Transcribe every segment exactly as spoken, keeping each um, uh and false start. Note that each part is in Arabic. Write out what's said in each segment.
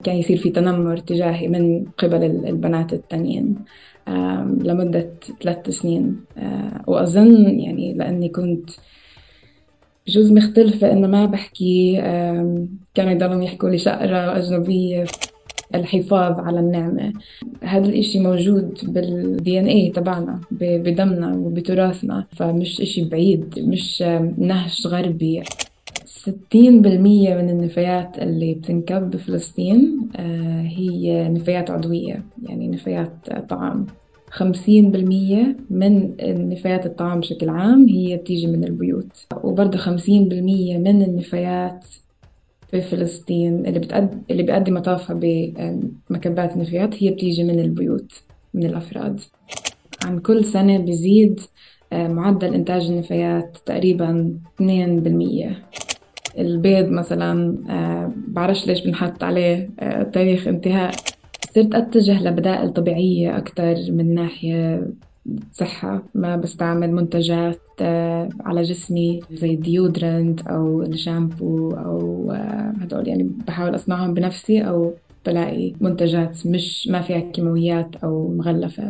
كان يصير في تنمر تجاهي من قبل البنات التانيين لمدة ثلاث سنين. وأظن يعني لأني كنت بجوز مختلفة إنه ما بحكي، كانوا يضلوا يحكوا لي شقرة وأجنبية. الحفاظ على النعمة، هذا الإشي موجود بالدي ان اي تبعنا، بدمنا وبتراثنا، فمش إشي بعيد، مش نهج غربي. ستين بالمية من النفايات اللي بتنكب بفلسطين هي نفايات عضوية، يعني نفايات طعام. خمسين بالمية من نفايات الطعام بشكل عام هي بتيجي من البيوت، وبرضه خمسين بالمية من النفايات في فلسطين اللي بتقد... اللي بيقدم مطافها بمكبات النفايات هي بتيجي من البيوت، من الأفراد. عن كل سنة بيزيد معدل إنتاج النفايات تقريبا اثنين بالمية. البيض مثلا بعرفش ليش بنحط عليه تاريخ انتهاء. صرت أتجه لبدائل طبيعية أكتر من ناحية صحة، ما بستعمل منتجات على جسمي زي الديودرنت أو الشامبو أو هدول، يعني بحاول أصنعهم بنفسي أو بلاقي منتجات مش ما فيها كيماويات أو مغلفة.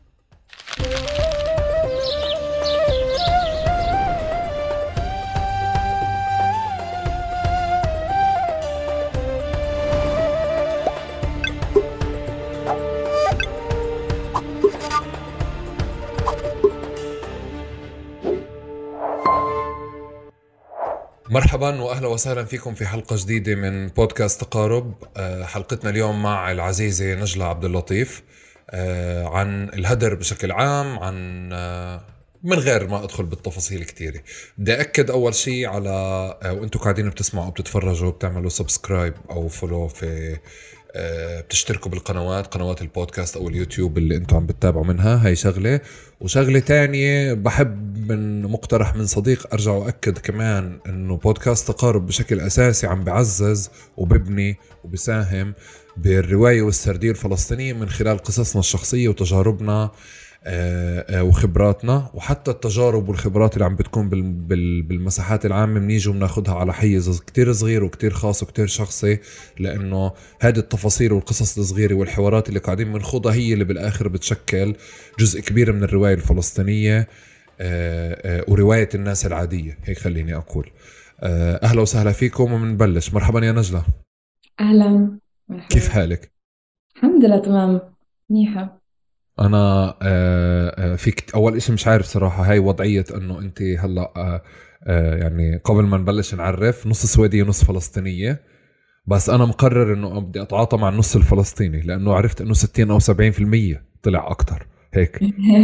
مرحبا واهلا وسهلا فيكم في حلقه جديده من بودكاست تقارب. حلقتنا اليوم مع العزيزه نجلة عبد اللطيف عن الهدر بشكل عام، عن من غير ما ادخل بالتفاصيل كتيره. بدي اكد اول شيء على وانتم قاعدين بتسمعوا وبتتفرجوا بتعملوا سبسكرايب او فولو في بتشتركوا بالقنوات، قنوات البودكاست او اليوتيوب اللي انتم عم بتتابعوا منها. هاي شغله. وشغله تانية بحب من مقترح من صديق ارجع واكد كمان انه بودكاست تقارب بشكل اساسي عم بعزز وببني وبساهم بالروايه والسرديه الفلسطينيه من خلال قصصنا الشخصيه وتجاربنا وخبراتنا، وحتى التجارب والخبرات اللي عم بتكون بالمساحات العامة بنيجوا بناخدها على حيز كتير صغير وكتير خاص وكتير شخصي، لأنه هذه التفاصيل والقصص الصغيرة والحوارات اللي قاعدين بنخوضها هي اللي بالآخر بتشكل جزء كبير من الرواية الفلسطينية ورواية الناس العادية. هيك خليني أقول. أهلا وسهلا فيكم ومنبلش. مرحبا يا نجلة. أهلا. مرحبا. كيف حالك؟ الحمد لله تمام منيحة. انا فيك اول اشي مش عارف صراحة هاي وضعية انه انت هلا يعني قبل ما نبلش نعرف نص سويدية نص فلسطينية، بس انا مقرر انه بدي اتعاطى مع النص الفلسطيني لانه عرفت انه ستين او سبعين في المية طلع اكتر هيك.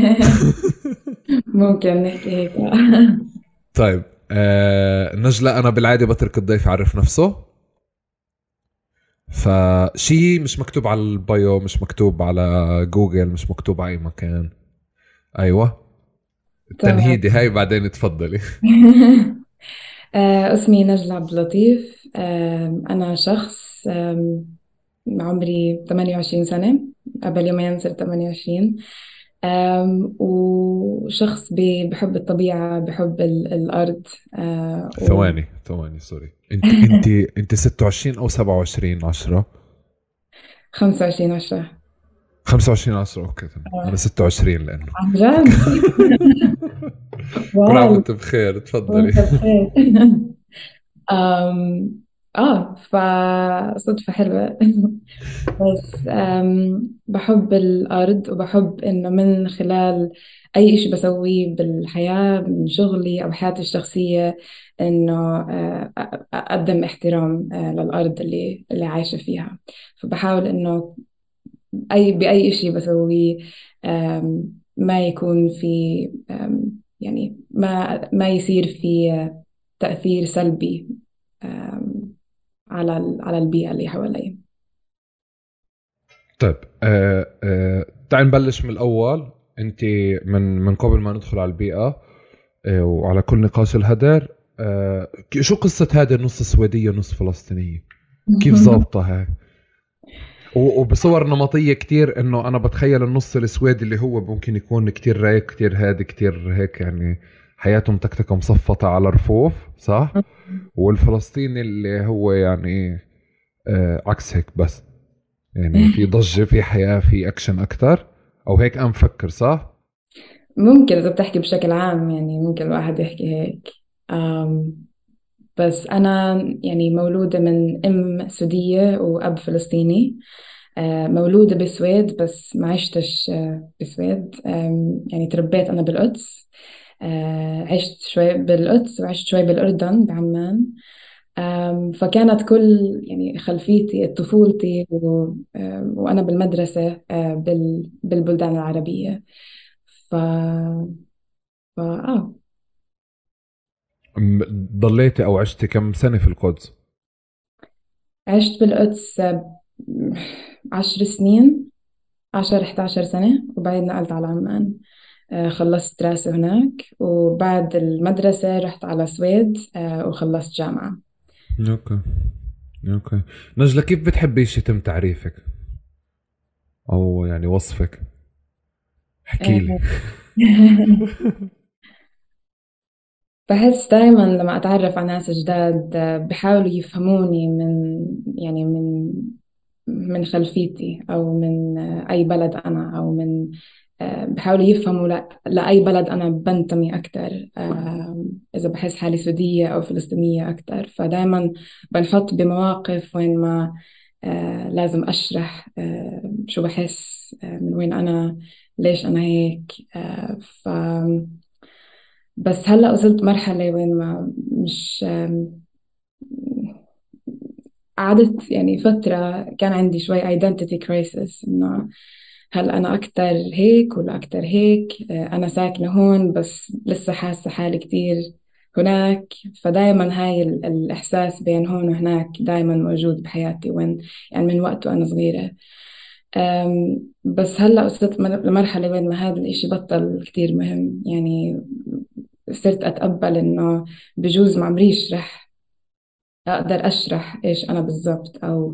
ممكن نحكي هيك. طيب نجلة، انا بالعادة بترك الضيف يعرف نفسه، فشي مش مكتوب على البايو، مش مكتوب على جوجل، مش مكتوب على اي مكان. ايوه التنهيدي هاي بعدين تفضلي. اسمي نجلة عبد اللطيف. أنا شخص عمري ثمانية وعشرين سنة، قبل يومين صرت ثمانية وعشرين. وشخص بحب الطبيعة، بحب الأرض. ثواني ثواني سوري، انت انت انت ستة وعشرين او سبعة وعشرين عشرة؟ خمسة وعشرين عشرة. خمسة وعشرين عشرة اوكي تمام. انا ستة وعشرين لانه عن جد. كل عام وانت بخير. تفضلي. بخير. أم آه فصدفة حلوة. بس أم بحب الأرض، وبحب إنه من خلال أي إشي بسويه بالحياة، من شغلي أو حياتي الشخصية، إنه آه، أقدم احترام آه، للأرض اللي اللي عايشة فيها. فبحاول إنه أي بأي إشي بسويه أم ما يكون في أم يعني ما ما يصير في تأثير سلبي على على البيئة اللي حوالي. طيب آه آه تعال نبلش من الأول. أنت من من قبل ما ندخل على البيئة آه وعلى كل نقاش الهدر، آه شو قصة هذه النص سويدية نص فلسطينية؟ كيف ضابطة هاي؟ وبصور نمطية كتير، إنه أنا بتخيل النص السويدي اللي هو ممكن يكون كتير رايق كتير هادي كتير هيك، يعني حياته متكتكة مصفطة على رفوف صح؟ والفلسطيني اللي هو يعني آه عكس هيك بس. يعني في ضجة، في حياة، في أكشن أكتر، أو هيك أنا مفكر صح؟ ممكن إذا بتحكي بشكل عام يعني ممكن الواحد يحكي هيك. أم بس أنا يعني مولودة من أم سورية وأب فلسطيني. أه مولودة بالسويد بس ما عشتش أه بالسويد. أم يعني تربيت أنا بالقدس. أه عشت شوي بالقدس وعشت شوي بالأردن بعمان. أم، فكانت كل يعني خلفيتي طفولتي و- أم، وأنا بالمدرسة أه، بال- بالبلدان العربية. ف... ف... آه م- ضليتي أو عشتي كم سنة في القدس؟ عشت بالقدس أه، عشر سنين، عشر إحدى عشر سنة، وبعدين نقلت على عمان. أه، خلصت دراسة هناك، وبعد المدرسة رحت على السويد أه، وخلصت جامعة. اوكي. اوكي. نجلة، كيف بتحبي يتم تعريفك او يعني وصفك؟ احكي لي. أه، بحس دايما لما أتعرف على ناس جداد آه، بحاولوا يفهموني من يعني من من خلفيتي أو من آه، أي بلد أنا، أو من آه، بحاولوا يفهموا لا- لأي بلد أنا بنتمي أكتر. آه، إذا بحس حالي سودية أو فلسطينية أكتر، فدايما بنحط بمواقف وين ما آه، لازم أشرح آه، شو بحس، آه، من وين أنا، ليش أنا هيك. آه، ف بس هلأ وصلت مرحلة وين ما مش آم، قعدت يعني فترة كان عندي شوي identity crisis، إنه هل أنا أكتر هيك ولا أكتر هيك. آه، أنا ساكنة هون بس لسه حاسة حالي كتير هناك. فدايما هاي ال- الإحساس بين هون وهناك دايما موجود بحياتي، وين يعني من وقت وأنا صغيرة. أم، بس هلأ وصلت مر- لمرحلة وين ما هذا الإشي بطل كتير مهم يعني. صرت أتقبل إنه بجوز ما عمريش رح أقدر أشرح إيش أنا بالضبط، أو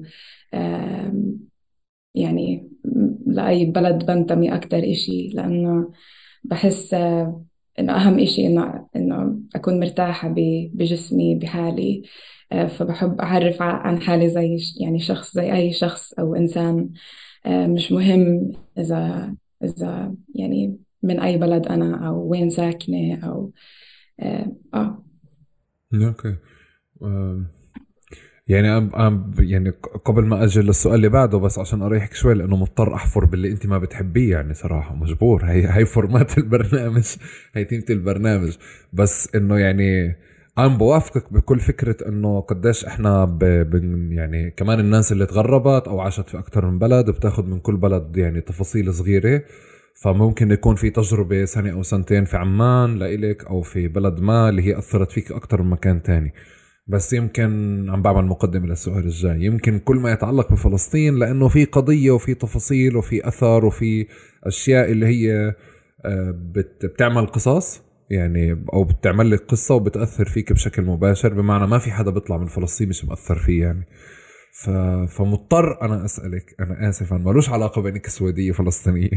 آم، يعني لأي بلد بنتمي أكتر إشي، لأنه بحس آه، إنه أهم إشي إنه إنه أكون مرتاحة ب- بجسمي بحالي. آه، فبحب أعرف ع- عن حالي زي ش- يعني شخص زي أي شخص أو إنسان. آه، مش مهم إذا إذا يعني من أي بلد أنا أو وين ساكنة أو آه, آه. اوكي. أم، يعني أم أم يعني ق- قبل ما اجي للسؤال اللي بعده، بس عشان اريحك شوي لانه مضطر احفر باللي انت ما بتحبيه، يعني صراحة مجبور، هي هي فورمات البرنامج، هي تيمة البرنامج. بس انه يعني انا بوافقك بكل فكرة انه قديش احنا ب... ب... يعني كمان الناس اللي تغربت او عاشت في اكتر من بلد بتاخد من كل بلد يعني تفاصيل صغيرة. فممكن يكون في تجربة سنة او سنتين في عمان لإلك او في بلد ما اللي هي اثرت فيك اكتر من مكان تاني. بس يمكن عم بعمل مقدمة للسؤال الجاي، يمكن كل ما يتعلق بفلسطين لأنه في قضية وفي تفاصيل وفي أثر وفي أشياء اللي هي آه، بت- بتعمل قصص يعني، أو بتعمل لك قصة وبتأثر فيك بشكل مباشر، بمعنى ما في حدا بيطلع من فلسطين مش مأثر فيه يعني. ف... فمضطر أنا أسألك، أنا آسف، أنا ملوش علاقة بإنك سويدية فلسطينية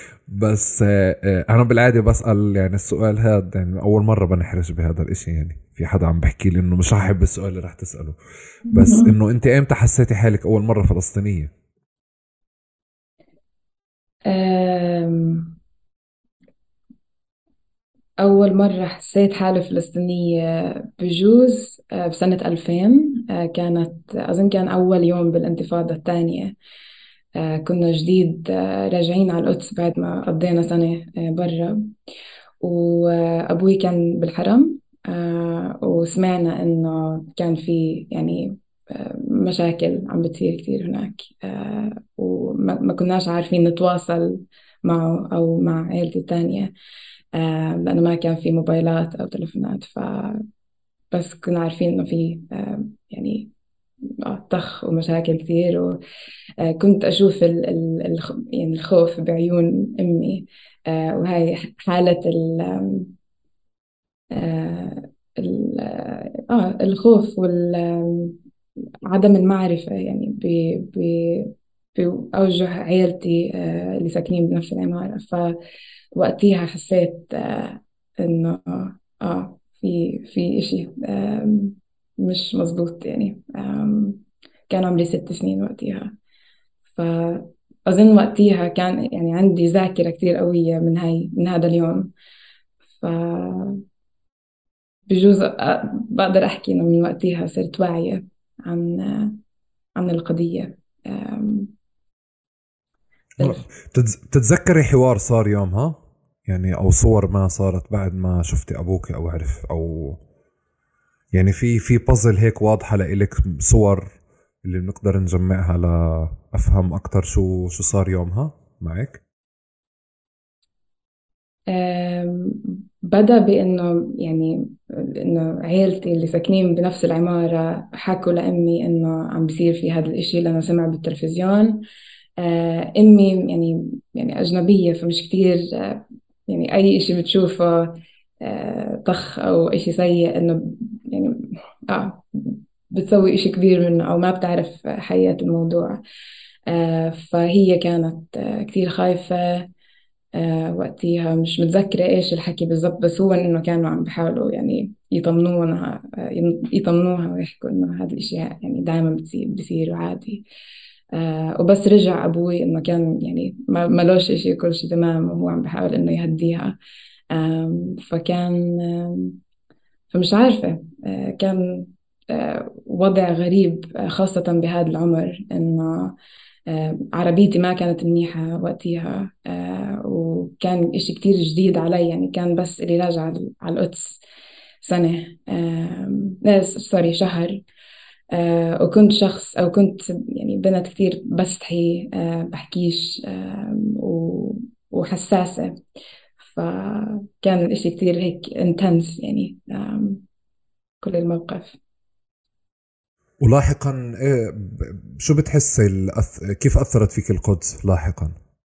بس آه، آه، أنا بالعادة بسأل يعني السؤال هذا، يعني أول مرة بنحرج بهذا الإشي، يعني في حدا عم بحكي لي إنه مش رح أحب السؤال اللي رح تسأله. بس إنه أنت إمتى حسيتي حالك أول مرة فلسطينية؟ آم، أول مرة حسيت حالي فلسطينية بجوز آه، بسنة ألفين. آه، كانت أظن كان أول يوم بالانتفاضة الثانية. آه، كنا جديد آه، راجعين على القدس بعد ما قضينا سنة آه، برا، وأبوي كان بالحرم. آه، وسمعنا إنه كان في يعني آه، مشاكل عم بتصير كتير هناك. آه، وما ما كناش عارفين نتواصل معه أو مع عيلتي التانية، آه، لأنه ما كان في موبايلات أو تلفونات. فبس كنا عارفين إنه في آه، يعني آه، طخ ومشاكل كتير. وكنت أشوف ال ال الخ- يعني الخوف بعيون أمي. آه، وهي حالة ال آه، ال- آه الخوف وعدم المعرفة يعني ب ب بأوجه عيلتي آه اللي ساكنين بنفس العمارة. فوقتها حسيت آه إنه آه في في إشي آم، مش مزبوط يعني. آم، كان عمري ست سنين وقتها. فأظن وقتها كان يعني عندي ذاكرة كتير قوية من هاي من هذا اليوم. فبجوز أ- بقدر أحكي إنه من وقتها صرت واعية عن عن القضية. أم، هلا، الف- بتتز- بتتذكري حوار صار يومها؟ يعني او صور ما صارت بعد ما شفتي ابوك او عرف، او يعني في في بازل هيك واضحة لإلك، صور اللي بنقدر نجمعها لأفهم أكتر شو شو صار يومها معك؟ أم، بدأ بإنه يعني إنه عيلتي اللي ساكنين بنفس العمارة حكوا لأمي إنه عم بيصير في هذا الإشي لأنه سمع بالتلفزيون. آه، أمي يعني يعني أجنبية فمش كتير آه، يعني أي إشي بتشوفه آه، طخ أو إشي سيء إنه يعني آه بتسوي إشي كبير منه أو ما بتعرف حقيقة الموضوع. آه، فهي كانت آه، كتير خايفة. آه، وقتها مش متذكرة إيش الحكي بالضبط، بس هو إنه كانوا عم بيحاولوا يعني يطمنوها آه، يطمنوها ويحكوا إنه هذا الإشي يعني دائما بتصير بصير عادي. آه، وبس رجع أبوي إنه كان يعني ما ملوش إشي، كل شيء تمام وهو عم بيحاول إنه يهديها. آم، فكان آم، فمش عارفة آه، كان آه، وضع غريب آه، خاصة بهذا العمر، إنه آه، عربيتي ما كانت منيحة وقتها آه، وكان إشي كتير جديد علي، يعني كان بس اللي راجع على على القدس سنة آم، لا سوري شهر. آه، وكنت شخص أو كنت يعني بنت كتير بستحي آه، بحكيش آم، و- وحساسة. فكان الإشي كتير هيك انتنس يعني آم، كل الموقف. ولاحقا إيه ب- شو بتحسي الأث... كيف أثرت فيك القدس لاحقا؟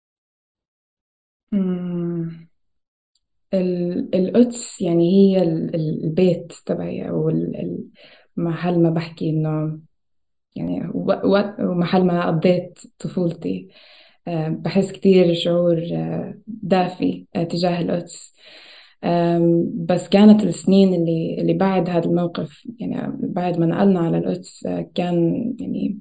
مم. ال- القدس يعني هي ال- ال- البيت تبعي أو ال- ال- محل ما بحكي إنه يعني و- و- ومحل ما قضيت طفولتي. آه، بحس كتير شعور آه، دافي آه، تجاه القدس. آم، بس كانت السنين اللي اللي بعد هذا الموقف، يعني بعد ما نقلنا على القدس آه، كان يعني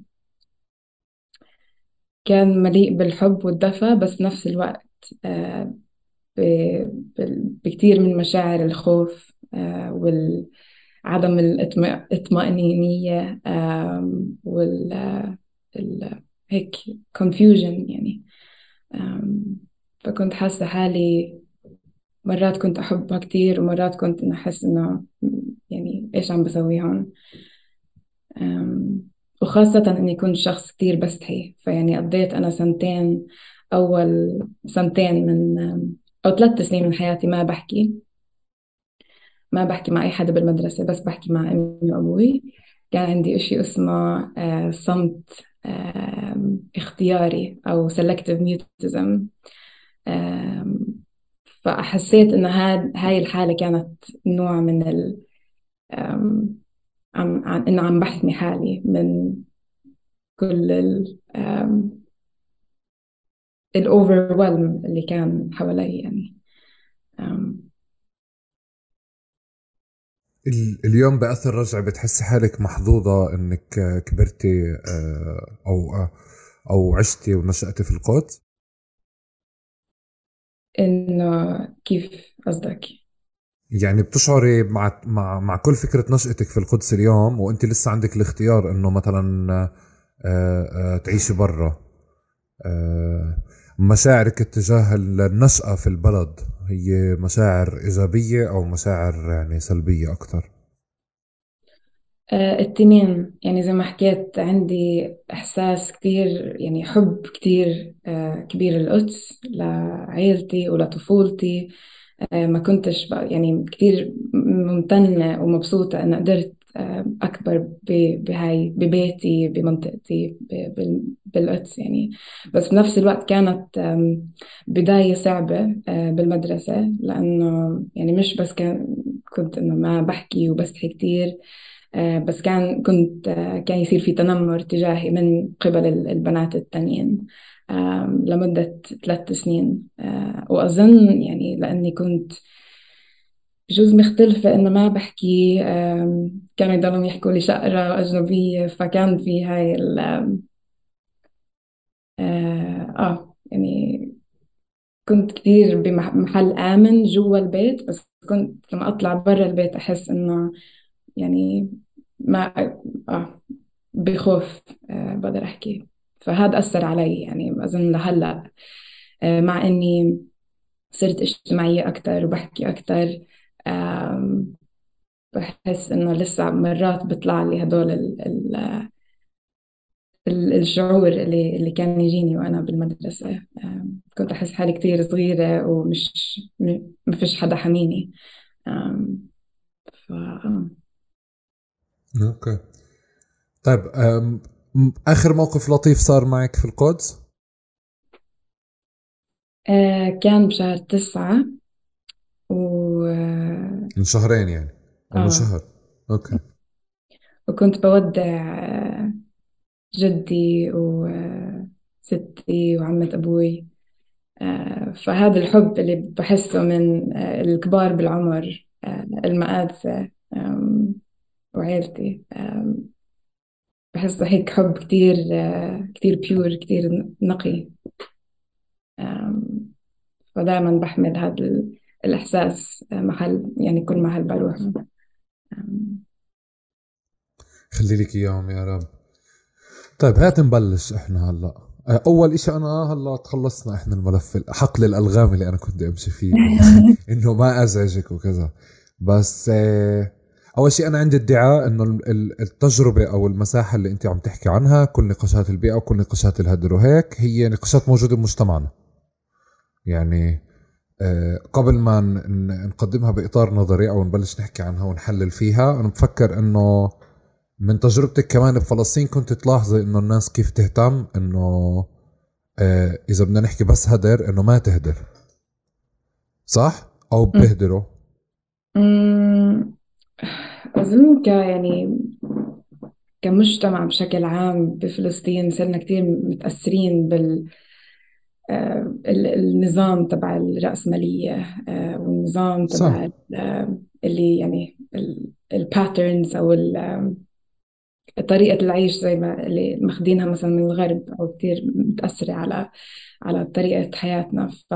كان مليء بالحب والدفى، بس بنفس الوقت آه، ب- بال- بكتير من مشاعر الخوف آه، وعدم الإطمئنانية آم، وال ال- هيك confusion يعني. آم، فكنت حاسة حالي مرات كنت أحبها كتير ومرات كنت إنه أحس إنه يعني إيش عم بسوي هون. أم، وخاصة إني كنت شخص كتير بستحي، فيعني قضيت أنا سنتين، أول سنتين من أم، أو ثلاث سنين من حياتي ما بحكي ما بحكي مع أي حدا بالمدرسة، بس بحكي مع أمي وأبوي. كان عندي إشي اسمه آه، صمت آم، اختياري أو selective mutism. آم، فحسيت إنه هاد هاي الحالة كانت نوع من ال آم، عم عن إنه عم بحمي حالي من كل ال آم، ال overwhelm اللي كان حوالي يعني. آم، ال... اليوم بأثر رجع بتحسي حالك محظوظة إنك آه، كبرتي آه، أو آه، أو عشتي ونشأتي في القدس؟ إنه كيف قصدك؟ يعني بتشعري مع مع مع كل فكرة نشأتك في القدس اليوم وانت لسه عندك الاختيار انه مثلا آه، آه، تعيشي برا، آه، مشاعرك اتجاه النشأة في البلد هي مشاعر إيجابية أو مشاعر يعني سلبية أكتر؟ آه، التنين، يعني زي ما حكيت عندي إحساس كتير يعني حب كتير آه، كبير للقدس لعائلتي ولطفولتي. آه، ما كنتش بقى يعني كتير ممتنة ومبسوطة أن قدرت آه، أكبر ب- بهاي ببيتي بمنطقتي ب- بال- بالقدس يعني. بس بنفس الوقت كانت آم، بداية صعبة آه، بالمدرسة، لأنه يعني مش بس كان كنت إنه ما بحكي وبستحي كتير آه، بس كان كنت آه، كان يصير في تنمر تجاهي من قبل ال- البنات التانيين آم، لمدة ثلاث سنين. آه، وأظن يعني لأني كنت بجوز مختلفة إنه ما بحكي آم، كانوا يضلوا يحكوا لي شقرة وأجنبية، فكان في هاي ال- آه يعني كنت كتير بمحل آمن جوا البيت، بس كنت لما أطلع برا البيت أحس إنه يعني ما آه بخوف. آه بقدر أحكي. فهذا أثر علي يعني أظن لهلأ. آه مع إني صرت اجتماعية أكتر وبحكي أكتر، آم، بحس إنه لسه مرات بيطلع لي هدول ال ال ال الشعور اللي اللي كان يجيني وأنا بالمدرسة. آم، كنت أحس حالي كتير صغيرة ومش م- ما فيش حدا حميني. آم، ف آه. اوكي. طيب أم، م- اخر موقف لطيف صار معك في القدس؟ آه، كان بشهر تسعة و آه من شهرين يعني او من آه، شهر؟ اوكي. وكنت بودع آه، جدي وستي وعمة أبوي. آه، فهذا الحب اللي بحسه من آه، الكبار بالعمر، آه، المآذة، آم، وعيلتي. آم، بحسه هيك حب كتير آه، كتير بيور، كتير نقي. آم، فدائما بحمل هذا ال- الإحساس آه، محل يعني كل محل بروح. آم، خلي لك اياهم يا رب. طيب هات نبلش احنا هلا. أه، اول اشي انا هلا تخلصنا احنا الملف حقل الالغام اللي انا كنت امشي فيه انه انه ما ازعجك وكذا. بس اه، اول شيء انا عندي ادعاء انه ال- ال- التجربه او المساحه اللي انت عم تحكي عنها، كل نقاشات البيئه وكل نقاشات الهدر وهيك، هي نقاشات موجوده بمجتمعنا. يعني اه، قبل ما ن- نقدمها باطار نظري او نبلش نحكي عنها ونحلل فيها، انا بفكر انه من تجربتك كمان بفلسطين كنت تلاحظي انه الناس كيف تهتم انه آه اذا بدنا نحكي بس هدر انه ما تهدر، صح؟ او بهدروا. أمم، أظن ك يعني كمجتمع بشكل عام بفلسطين صرنا كتير متأثرين بال آه، ال- النظام تبع الرأسمالية، آه، والنظام صح. تبع ال- آه، اللي يعني الباترنز أو ال- آه، طريقة العيش زي ما اللي ماخدينها مثلا من الغرب، أو كتير متأثرة على على طريقة حياتنا. ف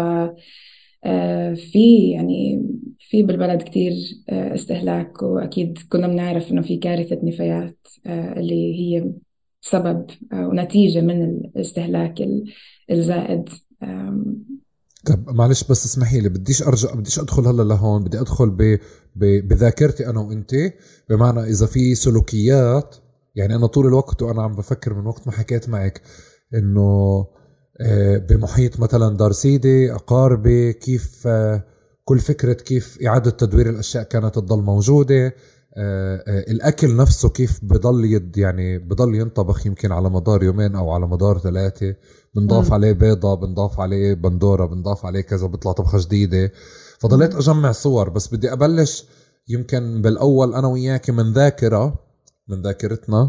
آه، في يعني في بالبلد كتير آه، استهلاك، وأكيد كنا بنعرف إنه في كارثة نفايات آه، اللي هي سبب آه، ونتيجة من الاستهلاك ال- الزائد. آم، طب معلش بس اسمحي لي، بديش ارجع، بديش ادخل هلا لهون، بدي ادخل ب... ب... بذاكرتي انا وانت. بمعنى اذا في سلوكيات، يعني انا طول الوقت وانا عم بفكر من وقت ما حكيت معك انه آه، بمحيط مثلا دار سيدي اقاربي كيف آه، كل فكرة كيف إعادة تدوير الأشياء كانت تضل موجودة. آه، آه، الأكل نفسه كيف بضل يد يعني بضل ينطبخ يمكن على مدار يومين أو على مدار ثلاثة، بنضاف مم. عليه بيضة، بنضاف عليه بندورة، بنضاف عليه كذا، بيطلع طبخة جديدة. فضليت مم. أجمع صور، بس بدي أبلش يمكن بالأول أنا وياك من ذاكرة، من ذاكرتنا.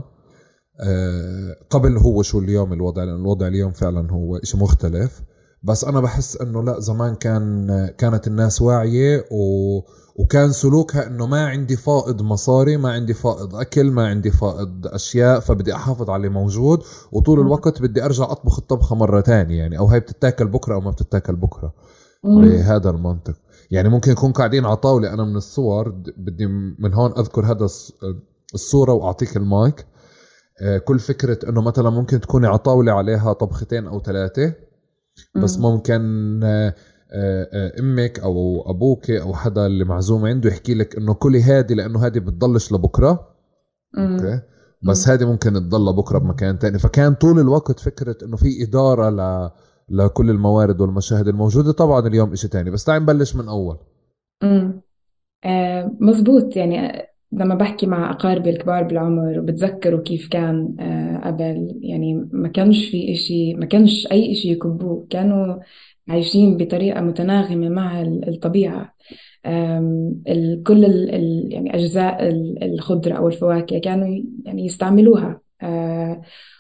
آه، قبل هو شو اليوم الوضع، لأن الوضع اليوم فعلا هو إشي مختلف. بس أنا بحس إنه لا، زمان كان كانت الناس واعية و وكان سلوكها إنه ما عندي فائض مصاري، ما عندي فائض أكل، ما عندي فائض أشياء، فبدي أحافظ على اللي موجود، وطول مم. الوقت بدي أرجع أطبخ الطبخة مرة تانية، يعني أو هاي بتتاكل بكرة أو ما بتتاكل بكرة. مم. بهذا المنطق. يعني ممكن نكون قاعدين على طاولة، أنا من الصور د- بدي من هون أذكر هذا الص- الصورة وأعطيك المايك. آه، كل فكرة انه مثلا ممكن تكوني على طاولة عليها طبختين او ثلاثة، بس مم. ممكن آه، آه، آه، امك او ابوك او حدا اللي معزوم عنده يحكي لك انه كلي هادي لانه هادي بتضلش لبكرة. مم. اوكي. بس مم. هادي ممكن تضل لبكرة بمكان تاني. فكان طول الوقت فكرة انه في ادارة ل لكل الموارد والمشاهد الموجودة. طبعا اليوم اشي تاني، بس تعال نبلش من اول. مم. آه مزبوط. يعني آه، لما بحكي مع أقاربي الكبار بالعمر وبتذكروا كيف كان آه قبل، يعني ما كانش في إشي، ما كانش أي إشي يكبوه. كانوا عايشين بطريقة متناغمة مع ال- الطبيعة. آم، ال- كل ال ال يعني أجزاء ال- الخضرة أو الفواكه كانوا ي- يعني يستعملوها، آه،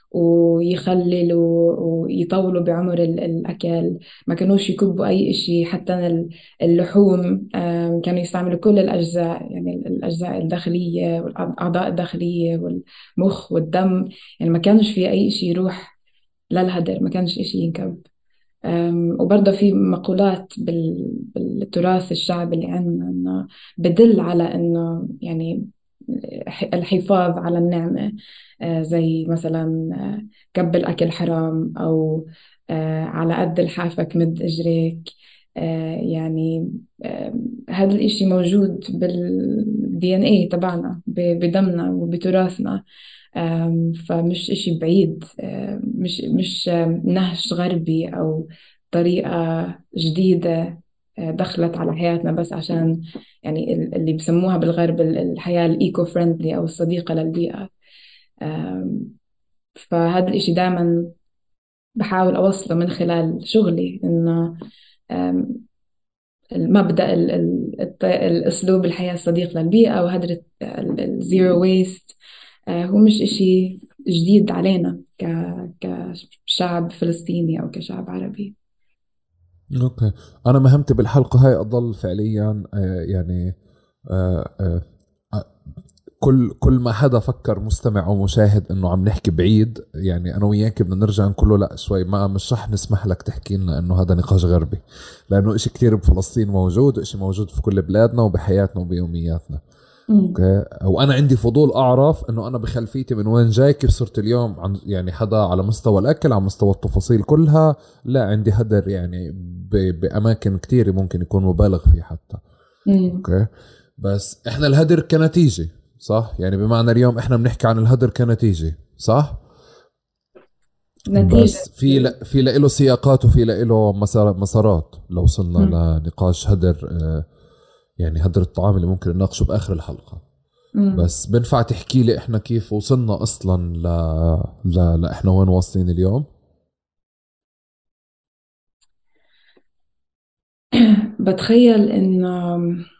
ويخللوا ويطولوا بعمر ال- الأكل. ما كانوش يكبوا أي إشي. حتى ال- اللحوم آم، كانوا يستعملوا كل الأجزاء، يعني ال- الأجزاء الداخلية والأعضاء الداخلية والمخ والدم. يعني ما كانش في أي إشي يروح للهدر، ما كانش إشي ينكب. وبرضه في مقولات بالتراث الشعبي اللي عندنا إنه بدل على إنه يعني الحفاظ على النعمة، زي مثلا كب الأكل حرام، أو على قد لحافك مد إجريك. يعني هذا الإشي موجود بالدي ان ايه تبعنا، بدمنا وبتراثنا. فمش إشي بعيد، مش مش نهج غربي أو طريقة جديدة دخلت على حياتنا بس عشان يعني اللي بسموها بالغرب الحياة الإيكو فريندلي أو الصديقة للبيئة. فهذا الإشي دائما بحاول أوصله من خلال شغلي، إنه المبدأ الأسلوب الحياة الصديق للبيئة وهدرة الزيرو ويست هو مش إشي جديد علينا كشعب فلسطيني أو كشعب عربي. اوكي، انا مهمتي بالحلقه هاي اضل فعليا آه يعني آه آه كل كل ما حدا فكر مستمع او مشاهد انه عم نحكي بعيد، يعني انا وياك بدنا نرجع نقول له لا شوي، ما مش رح نسمح لك تحكي لنا انه هذا نقاش غربي، لانه اشي كتير بفلسطين موجود، اشي موجود في كل بلادنا وبحياتنا وبيومياتنا. اوكي، وانا عندي فضول اعرف انه انا بخلفيتي من وين جاي، كيف صرت اليوم عن يعني حدا على مستوى الاكل، على مستوى التفاصيل كلها. لا عندي هدر يعني باماكن كتير ممكن يكون مبالغ فيه حتى. مم. اوكي، بس احنا الهدر كنتيجة صح، يعني بمعنى اليوم احنا بنحكي عن الهدر كنتيجة صح، نتيجة. بس في ل... في له سياقات وفي له مسار... مسارات لو وصلنا مم. لنقاش هدر، يعني هدر الطعام اللي ممكن نناقشه بآخر الحلقة. مم. بس بنفع تحكي لي احنا كيف وصلنا اصلا ل... ل... لاحنا وين واصلين اليوم؟ بتخيل انه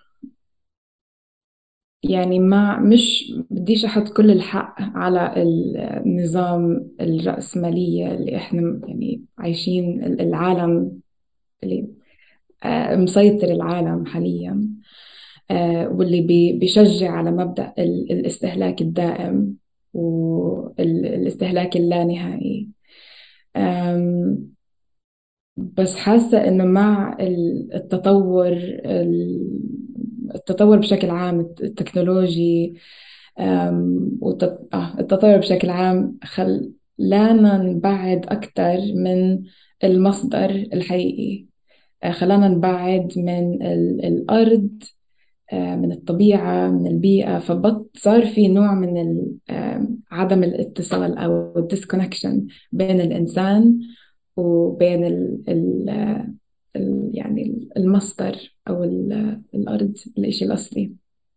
يعني ما مش بديش احط كل الحق على النظام الرأسمالية اللي احنا يعني عايشين، العالم اللي آه، مسيطر العالم حاليا، آه، واللي بي- بيشجع على مبدأ ال- الاستهلاك الدائم والاستهلاك اللانهائي. أم، بس حاسة إنه مع ال- التطور ال- التطور بشكل عام التكنولوجي، أم، والت- آه، التطور بشكل عام خلانا نبعد أكتر من المصدر الحقيقي. آه، خلانا نبعد من ال- الأرض، آه، من الطبيعة، من البيئة. فبط صار في نوع من ال- آه، عدم الاتصال أو الديسكونكشن بين الإنسان وبين ال ال ال يعني المصدر أو ال- الأرض، الإشي الأصلي.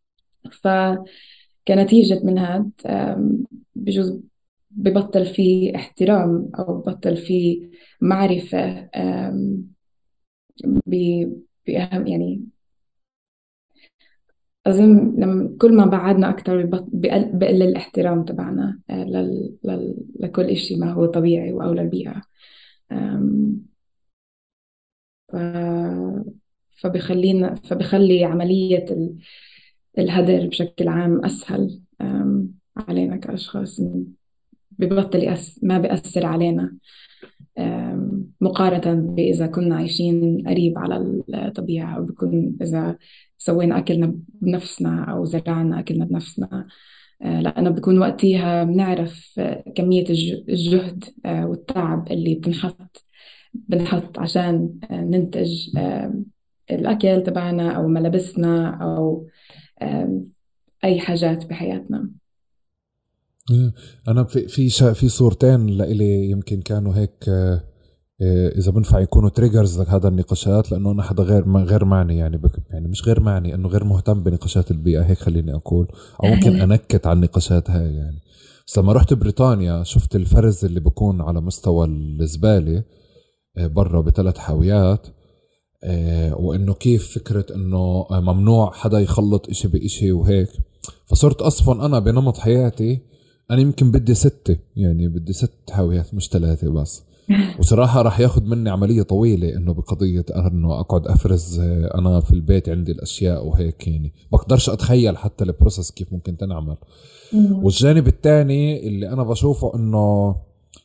فكنتيجة من هذا آم، بجوز ببطل في احترام أو ببطل في معرفة آم، ب- بأهم يعني. أظن لما كل ما بعدنا أكتر بيبط- بقل بقل الاحترام تبعنا آه، لل... لل... لكل إشي ما هو طبيعي أو للبيئة. آم، ف... فبخلينا فبخلي عملية ال... الهدر بشكل عام أسهل آم، علينا كأشخاص. ببطل يأس... ما بيأثر علينا آم، مقارنة بإذا كنا عايشين قريب على الطبيعة، أو بكون إذا سوينا أكلنا بنفسنا أو زرعنا أكلنا بنفسنا. آه، لأنه بيكون وقتها بنعرف آه، كمية الج- الجهد آه، والتعب اللي بنحط بنحط عشان آه، ننتج آه، الأكل تبعنا أو ملابسنا أو آه، أي حاجات بحياتنا. مم. انا في في شا- في صورتين لإلي يمكن كانوا هيك، آه، آه، اذا بنفع يكونوا تريجرز لك هذا النقاشات، لانه انا حدا غير ما غير معني يعني بك يعني مش غير معني، انه غير مهتم بنقاشات البيئه، هيك خليني اقول، او ممكن انكت على النقاشات هاي يعني. بس لما رحت بريطانيا شفت الفرز اللي بكون على مستوى الزباله آه، برا بثلاث حاويات، آه، وانه كيف فكره انه آه، ممنوع حدا يخلط اشي باشي وهيك. فصرت اصفن انا بنمط حياتي، انا يمكن بدي ستة، يعني بدي ست حاويات مش ثلاثة بس. وصراحة راح ياخد مني عملية طويلة انه بقضية انه اقعد افرز آه، انا في البيت عندي الاشياء وهيك، يعني بقدرش اتخيل حتى البروسس كيف ممكن تنعمل. مم. والجانب الثاني اللي انا بشوفه انه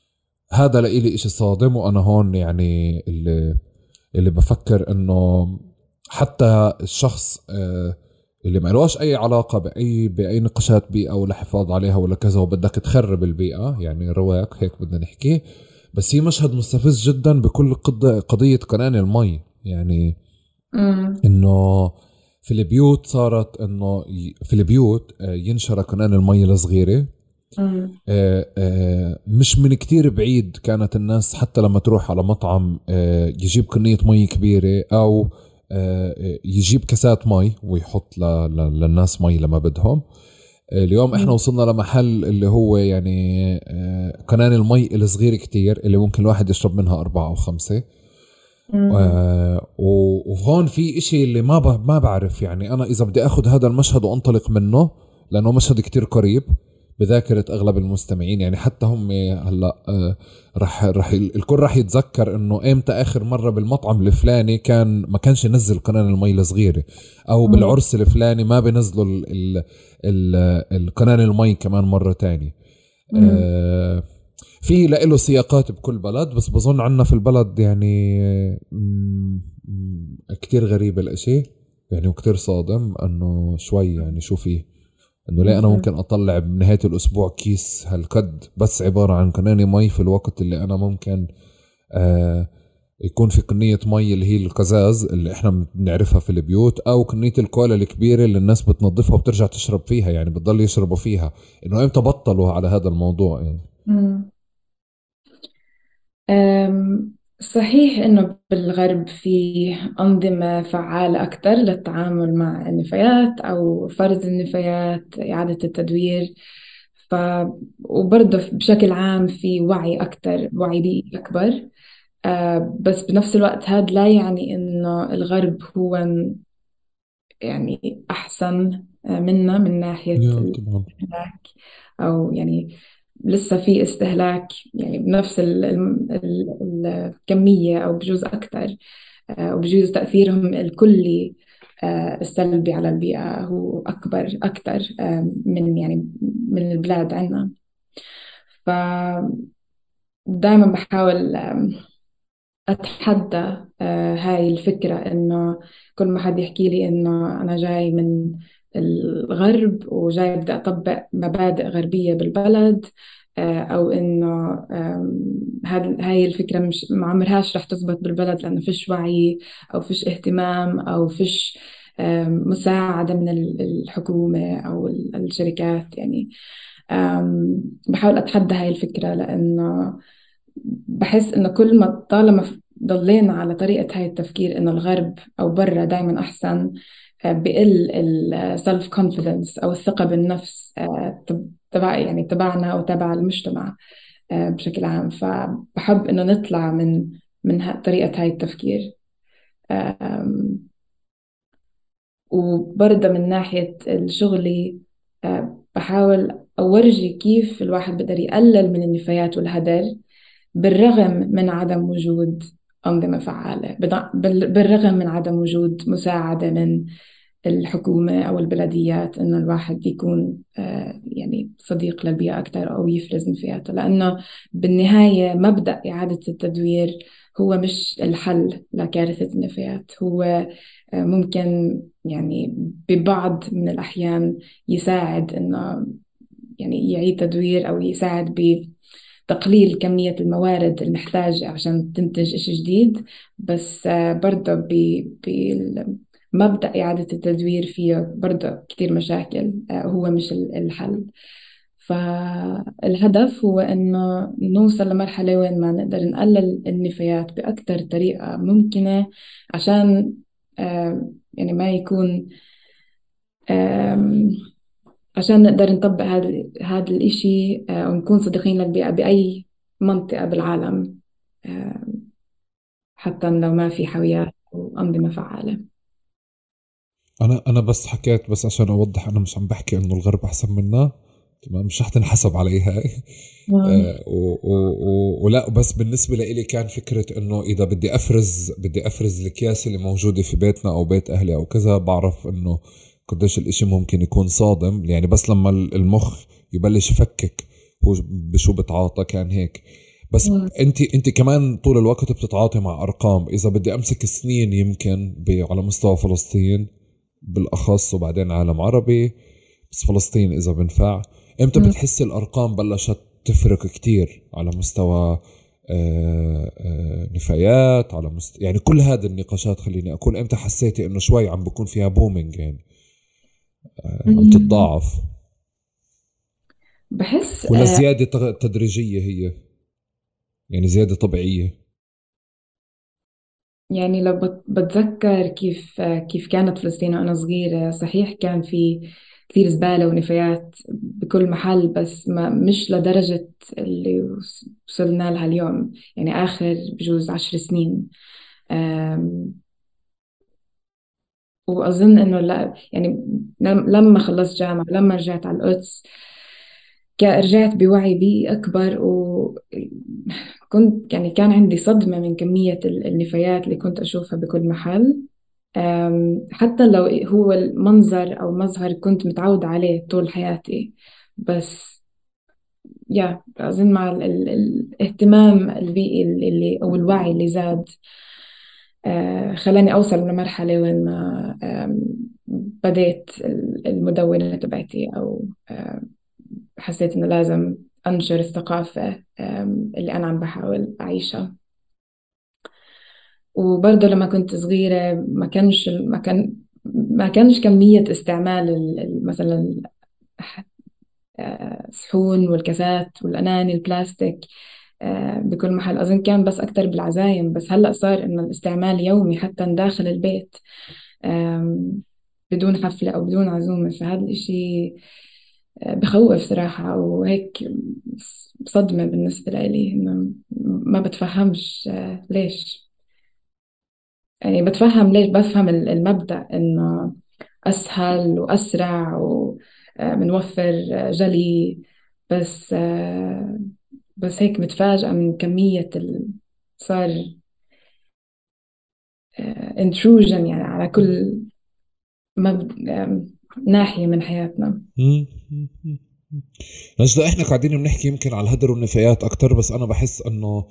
هذا لإلي إشي صادم. وأنا هون يعني اللي اللي بفكر إنه حتى الشخص اللي ما لهش أي علاقة بأي بأي نقاشات بيئة ولا حفاظ عليها ولا كذا وبدك تخرب البيئة، يعني رواق هيك بدنا نحكي، بس هي مشهد مستفز جدا بكل قضية قناة المي. يعني مم. إنه في البيوت صارت إنه في البيوت ينشر قناة المي الصغيرة. مم. آه آه مش من كتير بعيد كانت الناس حتى لما تروح على مطعم آه يجيب كمية مي كبيرة أو آه يجيب كاسات مي ويحط ل- ل- للناس مي لما بدهم. آه اليوم احنا مم. وصلنا لمحل اللي هو يعني آه قنان المي الصغير كتير اللي ممكن الواحد يشرب منها أربعة أو خمسة. مم. آه و- وهون في اشي اللي ما ب- ما بعرف، يعني انا اذا بدي اخذ هذا المشهد وانطلق منه لانه مشهد كتير قريب بذاكرة اغلب المستمعين، يعني حتى هم هلا آه رح رح الكل رح يتذكر انه امتى اخر مرة بالمطعم الفلاني كان ما كانش ينزل قناة المي الصغيرة، او مم. بالعرس الفلاني ما بينزلوا ال ال ال القناة المي كمان مرة تاني. مم. آه في لإله سياقات بكل بلد، بس بظن عنا في البلد يعني مم، مم، كتير غريب الاشي يعني وكتير صادم انه شوي يعني شو فيه انه ليه انا مم. ممكن اطلع بنهاية الاسبوع كيس هالقد بس عبارة عن قنانة مي في الوقت اللي انا ممكن آه يكون في كمية مي اللي هي القزاز اللي احنا بنعرفها في البيوت او كمية الكولا الكبيرة اللي الناس بتنظفها وبترجع تشرب فيها، يعني بتضل يشربوا فيها. انه امتى بطلوا على هذا الموضوع يعني؟ مم. أم، صحيح إنه بالغرب في أنظمة فعالة أكثر للتعامل مع النفايات أو فرز النفايات، إعادة التدوير. ف وبرضه بشكل عام في وعي أكثر، وعي بيئي أكبر. أه، بس بنفس الوقت هذا لا يعني إنه الغرب هو يعني أحسن آه، منا من ناحية يا طبعا. الاستهلاك، أو يعني لسه في استهلاك يعني بنفس ال- ال- ال- الكمية أو بجوز أكثر. آه، وبجوز تأثيرهم الكلي آه، السلبي على البيئة هو أكبر أكثر آه، من يعني من البلاد عنا. فدائما بحاول آم، أتحدى آه، هاي الفكرة إنه كل ما حد يحكي لي إنه أنا جاي من الغرب وجاي بدي أطبق مبادئ غربية بالبلد، آه، أو إنه آم، هاد- هاي الفكرة مش ما عمرهاش رح تزبط بالبلد لأنه فيش وعي أو فيش اهتمام أو فيش آم، مساعدة من ال- الحكومة أو ال- الشركات. يعني آم، بحاول أتحدى هاي الفكرة لأنه بحس إنه كل ما طالما ف- ضلينا على طريقة هاي التفكير إنه الغرب أو برا دايما أحسن، آه، بقل السلف كونفيدنس أو الثقة بالنفس آه، تب- تبع يعني تبعنا وتبع المجتمع آه، بشكل عام. فبحب إنه نطلع من من ها- طريقة هاي التفكير. آم، وبرضه من ناحية الشغلي آه، بحاول أورجي كيف الواحد بيقدر يقلل من النفايات والهدر بالرغم من عدم وجود أنظمة فعالة، بض- بال- بالرغم من عدم وجود مساعدة من الحكومة أو البلديات إنه الواحد يكون آه، يعني صديق للبيئة أكثر أو يفرز نفاياته. لأنه بالنهاية مبدأ إعادة التدوير هو مش الحل لكارثة النفايات. هو آه، ممكن يعني ببعض من الأحيان يساعد إنه يعني يعيد تدوير أو يساعد تقليل كمية الموارد المحتاجة عشان تنتج إشي جديد. بس آه، برضه بمبدأ إعادة التدوير فيه برضه كتير مشاكل، آه، هو مش ال- الحل. فالهدف هو إنه نوصل لمرحلة وين ما نقدر نقلل النفايات بأكثر طريقة ممكنة عشان آه، يعني ما يكون آم، عشان نقدر نطبق هذا هذا الإشي آه، ونكون صديقين للبيئة بأي منطقة بالعالم، آه، حتى لو ما في حاويات أو أنظمة فعالة. انا انا بس حكيت بس عشان اوضح، انا مش عم بحكي انه الغرب احسن منا، تمام؟ مش رح تنحسب علي هاي. نعم. آه و و و ولا بس بالنسبة لي كان فكرة انه اذا بدي افرز بدي افرز الأكياس اللي موجودة في بيتنا او بيت اهلي او كذا، بعرف انه قديش الاشي ممكن يكون صادم، يعني بس لما المخ يبلش يفكك هو بشو بتعاطى كان هيك. بس مم. انت انت كمان طول الوقت بتتعاطي مع ارقام. اذا بدي امسك سنين يمكن ب- على مستوى فلسطين بالاخص وبعدين عالم عربي، بس فلسطين اذا بنفع، امتى مم. بتحس الارقام بلشت تفرق كتير على مستوى آه، آه، نفايات، على مست... يعني كل هذه النقاشات، خليني اقول امتى حسيتي انه شوي عم بكون فيها بومينج، يعني آه، عم مم. تتضاعف، بحس ولا آه، زيادة تغ- تدريجية هي، يعني زيادة طبيعية؟ يعني لو بت- بتذكر كيف كيف كانت فلسطين وأنا صغيرة، صحيح كان في كثير زبالة ونفايات بكل محل، بس ما مش لدرجة اللي وص- وصلنا لها اليوم. يعني آخر بجوز عشر سنين. أم، وأظن إنه لا يعني لم- لما خلصت جامعة، لما رجعت على القدس، كا- رجعت بوعي بيئي أكبر، وكنت يعني كان عندي صدمة من كمية ال- النفايات اللي كنت أشوفها بكل محل. أم، حتى لو هو المنظر أو مظهر كنت متعودة عليه طول حياتي، بس يا أظن مع ال ال الاهتمام البيئي اللي أو الوعي اللي زاد، أه، خلاني أوصل لمرحلة وين ما أم، بديت ال- المدونة تبعتي، أو أم، حسيت إنه لازم أنشر الثقافة أم، اللي أنا عم بحاول أعيشها. وبرضه لما كنت صغيرة ما كانش ما كان ما كانش كمية استعمال ال- ال- مثلا آه، الصحون والكاسات والأناني البلاستيك آه، بكل محل. أظن كان بس أكتر بالعزايم، بس هلأ صار إنه الاستعمال يومي حتى داخل البيت، آم، بدون حفلة أو بدون عزومة. فهذا الإشي آه، بخوف صراحة، وهيك صدمة بالنسبة لي، إنه ما بتفهمش آه، ليش. يعني بتفهم ليش، بفهم ال- المبدأ إنه أسهل وأسرع وبنوفر جلي، بس آه، بس هيك متفاجئة من كمية ال... صار انتروجن يعني على كل مب... آم، ناحية من حياتنا. نجد احنا قاعدين بنحكي يمكن على الهدر والنفايات اكتر، بس انا بحس انه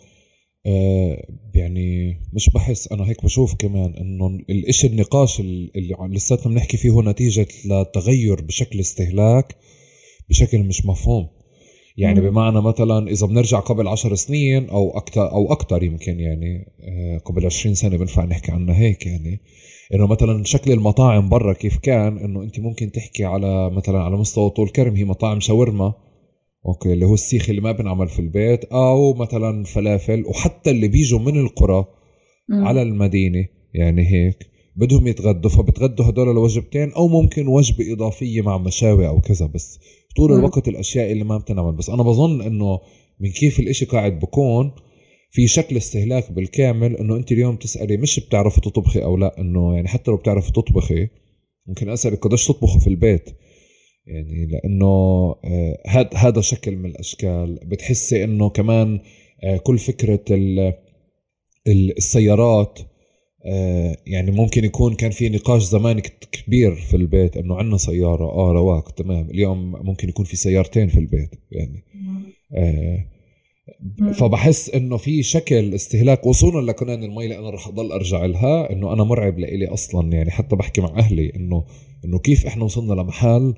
آه يعني مش بحس، انا هيك بشوف كمان انه الاشي النقاش اللي عم- لساتنا بنحكي فيه هو نتيجة لتغير بشكل استهلاك بشكل مش مفهوم. يعني مم. بمعنى مثلا إذا بنرجع قبل عشر سنين أو أكتر أو أكتر يمكن، يعني آه، قبل عشرين سنة بنفع نحكي عنها هيك، يعني إنه مثلا شكل المطاعم برا كيف كان، إنه أنت ممكن تحكي على مثلا على مستوى طول كرم هي مطاعم شاورما، أوكي، اللي هو السيخ اللي ما بنعمل في البيت، أو مثلا فلافل، وحتى اللي بيجوا من القرى على مم. المدينة يعني هيك بدهم يتغدوا، فبتغدوا هدول الوجبتين أو ممكن وجبة إضافية مع مشاوي أو كذا، بس طول مم. الوقت الأشياء اللي ما بتنعمل. بس أنا بظن إنه من كيف الإشي قاعد بكون في شكل استهلاك بالكامل، إنه أنت اليوم تسألي مش بتعرفي تطبخي أو لا، إنه يعني حتى لو بتعرفي تطبخي ممكن أسألك قديش تطبخي في البيت، يعني لأنه آه، هذا هذا شكل من الأشكال. بتحسي إنه كمان آه، كل فكرة ال- ال- السيارات، آه، يعني ممكن يكون كان في نقاش زمان كت- كبير في البيت انه عندنا سيارة اه رواق تمام، اليوم ممكن يكون في سيارتين في البيت يعني. آه، مم. فبحس انه في شكل استهلاك وصولا لكنان المي اللي انا رح اضل ارجع لها، انه انا مرعب لإلي اصلا، يعني حتى بحكي مع اهلي انه انه كيف احنا وصلنا لمحل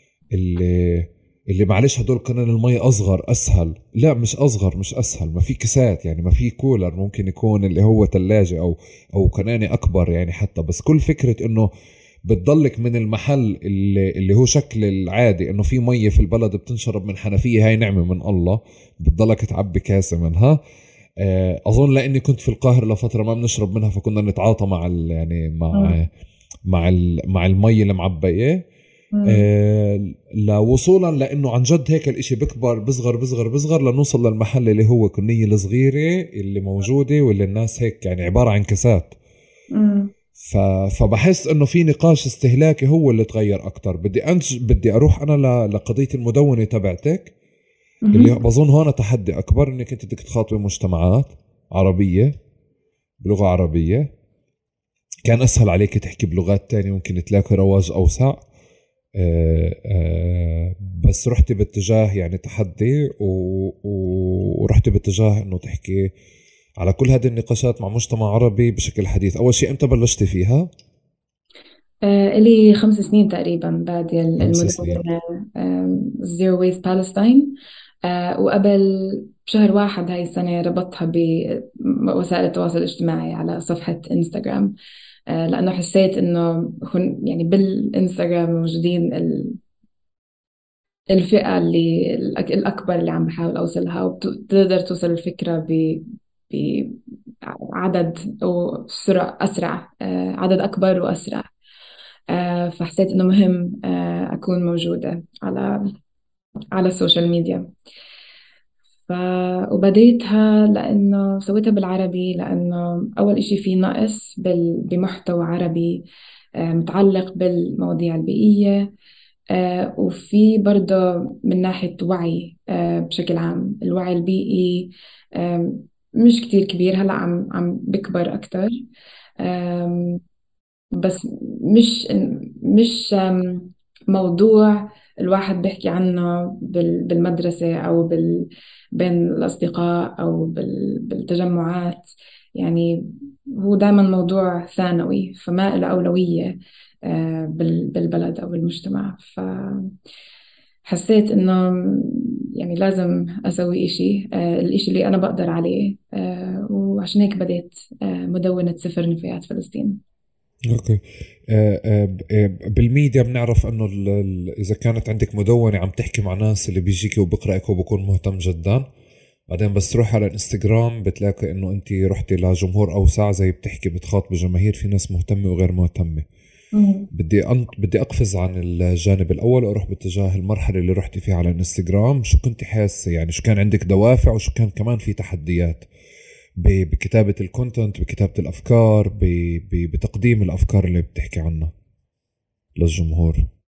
اللي اللي معلش هدول كنان المي اصغر اسهل. لا مش اصغر مش اسهل، ما في كيسات، يعني ما في كولر ممكن يكون اللي هو ثلاجة او او كنانة اكبر يعني حتى. بس كل فكرة انه بتضلك من المحل اللي, اللي هو شكل العادي انه في مية في البلد بتنشرب من حنفية، هاي نعمة من الله، بتضلك تعبي كاسة منها. آه، اظن لاني كنت في القاهرة لفترة ما بنشرب منها، فكنا نتعاطى مع ال يعني مم. مع مع ال مع المي المعبية. مم. آه، لوصولا لانه عن جد هيك الاشي بكبر بصغر بصغر بصغر لنوصل للمحل اللي هو كنية الصغيرة اللي موجودة، واللي الناس هيك يعني عبارة عن كاسات. مم. ف... فبحس انه في نقاش استهلاكي هو اللي تغير اكتر. بدي أنج... بدي اروح انا ل... لقضية المدونة تبعتك، اللي مم. بظن هون تحدي اكبر، انك انت بدك تخاطبي مجتمعات عربية بلغة عربية. كان اسهل عليك تحكي بلغات تانية ممكن تلاقي رواج اوسع. آه، آه، بس رحتي باتجاه يعني تحدي و- و- ورحتي باتجاه انه تحكي على كل هذه النقاشات مع مجتمع عربي بشكل حديث. اول شيء امتى بلشتي فيها؟ آه، إلي خمس سنين تقريبا بادية خمس سنين. المدونة زيرو ويست بالستاين. وقبل بشهر واحد هاي السنة ربطها بوسائل التواصل الاجتماعي على صفحة انستغرام. آه، لأنه حسيت إنه هن يعني بالانستغرام موجودين ال- الفئة اللي الأك- الأكبر اللي عم بحاول أوصلها، وبتقدر توصل الفكرة ب بعدد وسرعة أسرع، آه، عدد أكبر وأسرع. آه، فحسيت إنه مهم آه، أكون موجودة على على السوشيال ميديا. ف... وبديتها لأنه سويتها بالعربي، لأنه أول إشي في نقص بال... بمحتوى عربي آه، متعلق بالمواضيع البيئية. آه، وفي برضه من ناحية وعي آه، بشكل عام، الوعي البيئي آه، مش كتير كبير هلأ، عم عم بكبر أكتر. آم، بس مش مش آم، موضوع الواحد بيحكي عنه بال- بالمدرسة أو بال بين الأصدقاء أو بال- بالتجمعات. يعني هو دائما موضوع ثانوي، فما له أولوية آه، بال- بالبلد أو بالمجتمع. فحسيت إنه يعني لازم أسوي إشي، آه، الإشي اللي أنا بقدر عليه. آه، وعشان هيك بديت آه، مدونة صفر نفايات فلسطين. اوكي. آه، آه، ب- آه، بالميديا بنعرف انه ال- ال- اذا كانت عندك مدونة عم تحكي مع ناس اللي بيجيكي وبقرأك وبكون مهتم جدا، بعدين بس تروح على الانستغرام بتلاقي انه انت رحتي لجمهور اوسع، زي بتحكي بتخاطب جماهير، في ناس مهتمة وغير مهتمة. مم. بدي أنت بدي اقفز عن الجانب الاول واروح باتجاه المرحلة اللي رحتي فيها على الانستغرام. شو كنت حاسة يعني؟ شو كان عندك دوافع وشو كان كمان في تحديات ب- بكتابة الكونتنت، بكتابة الافكار، ب- ب- بتقديم الافكار اللي بتحكي عنها للجمهور؟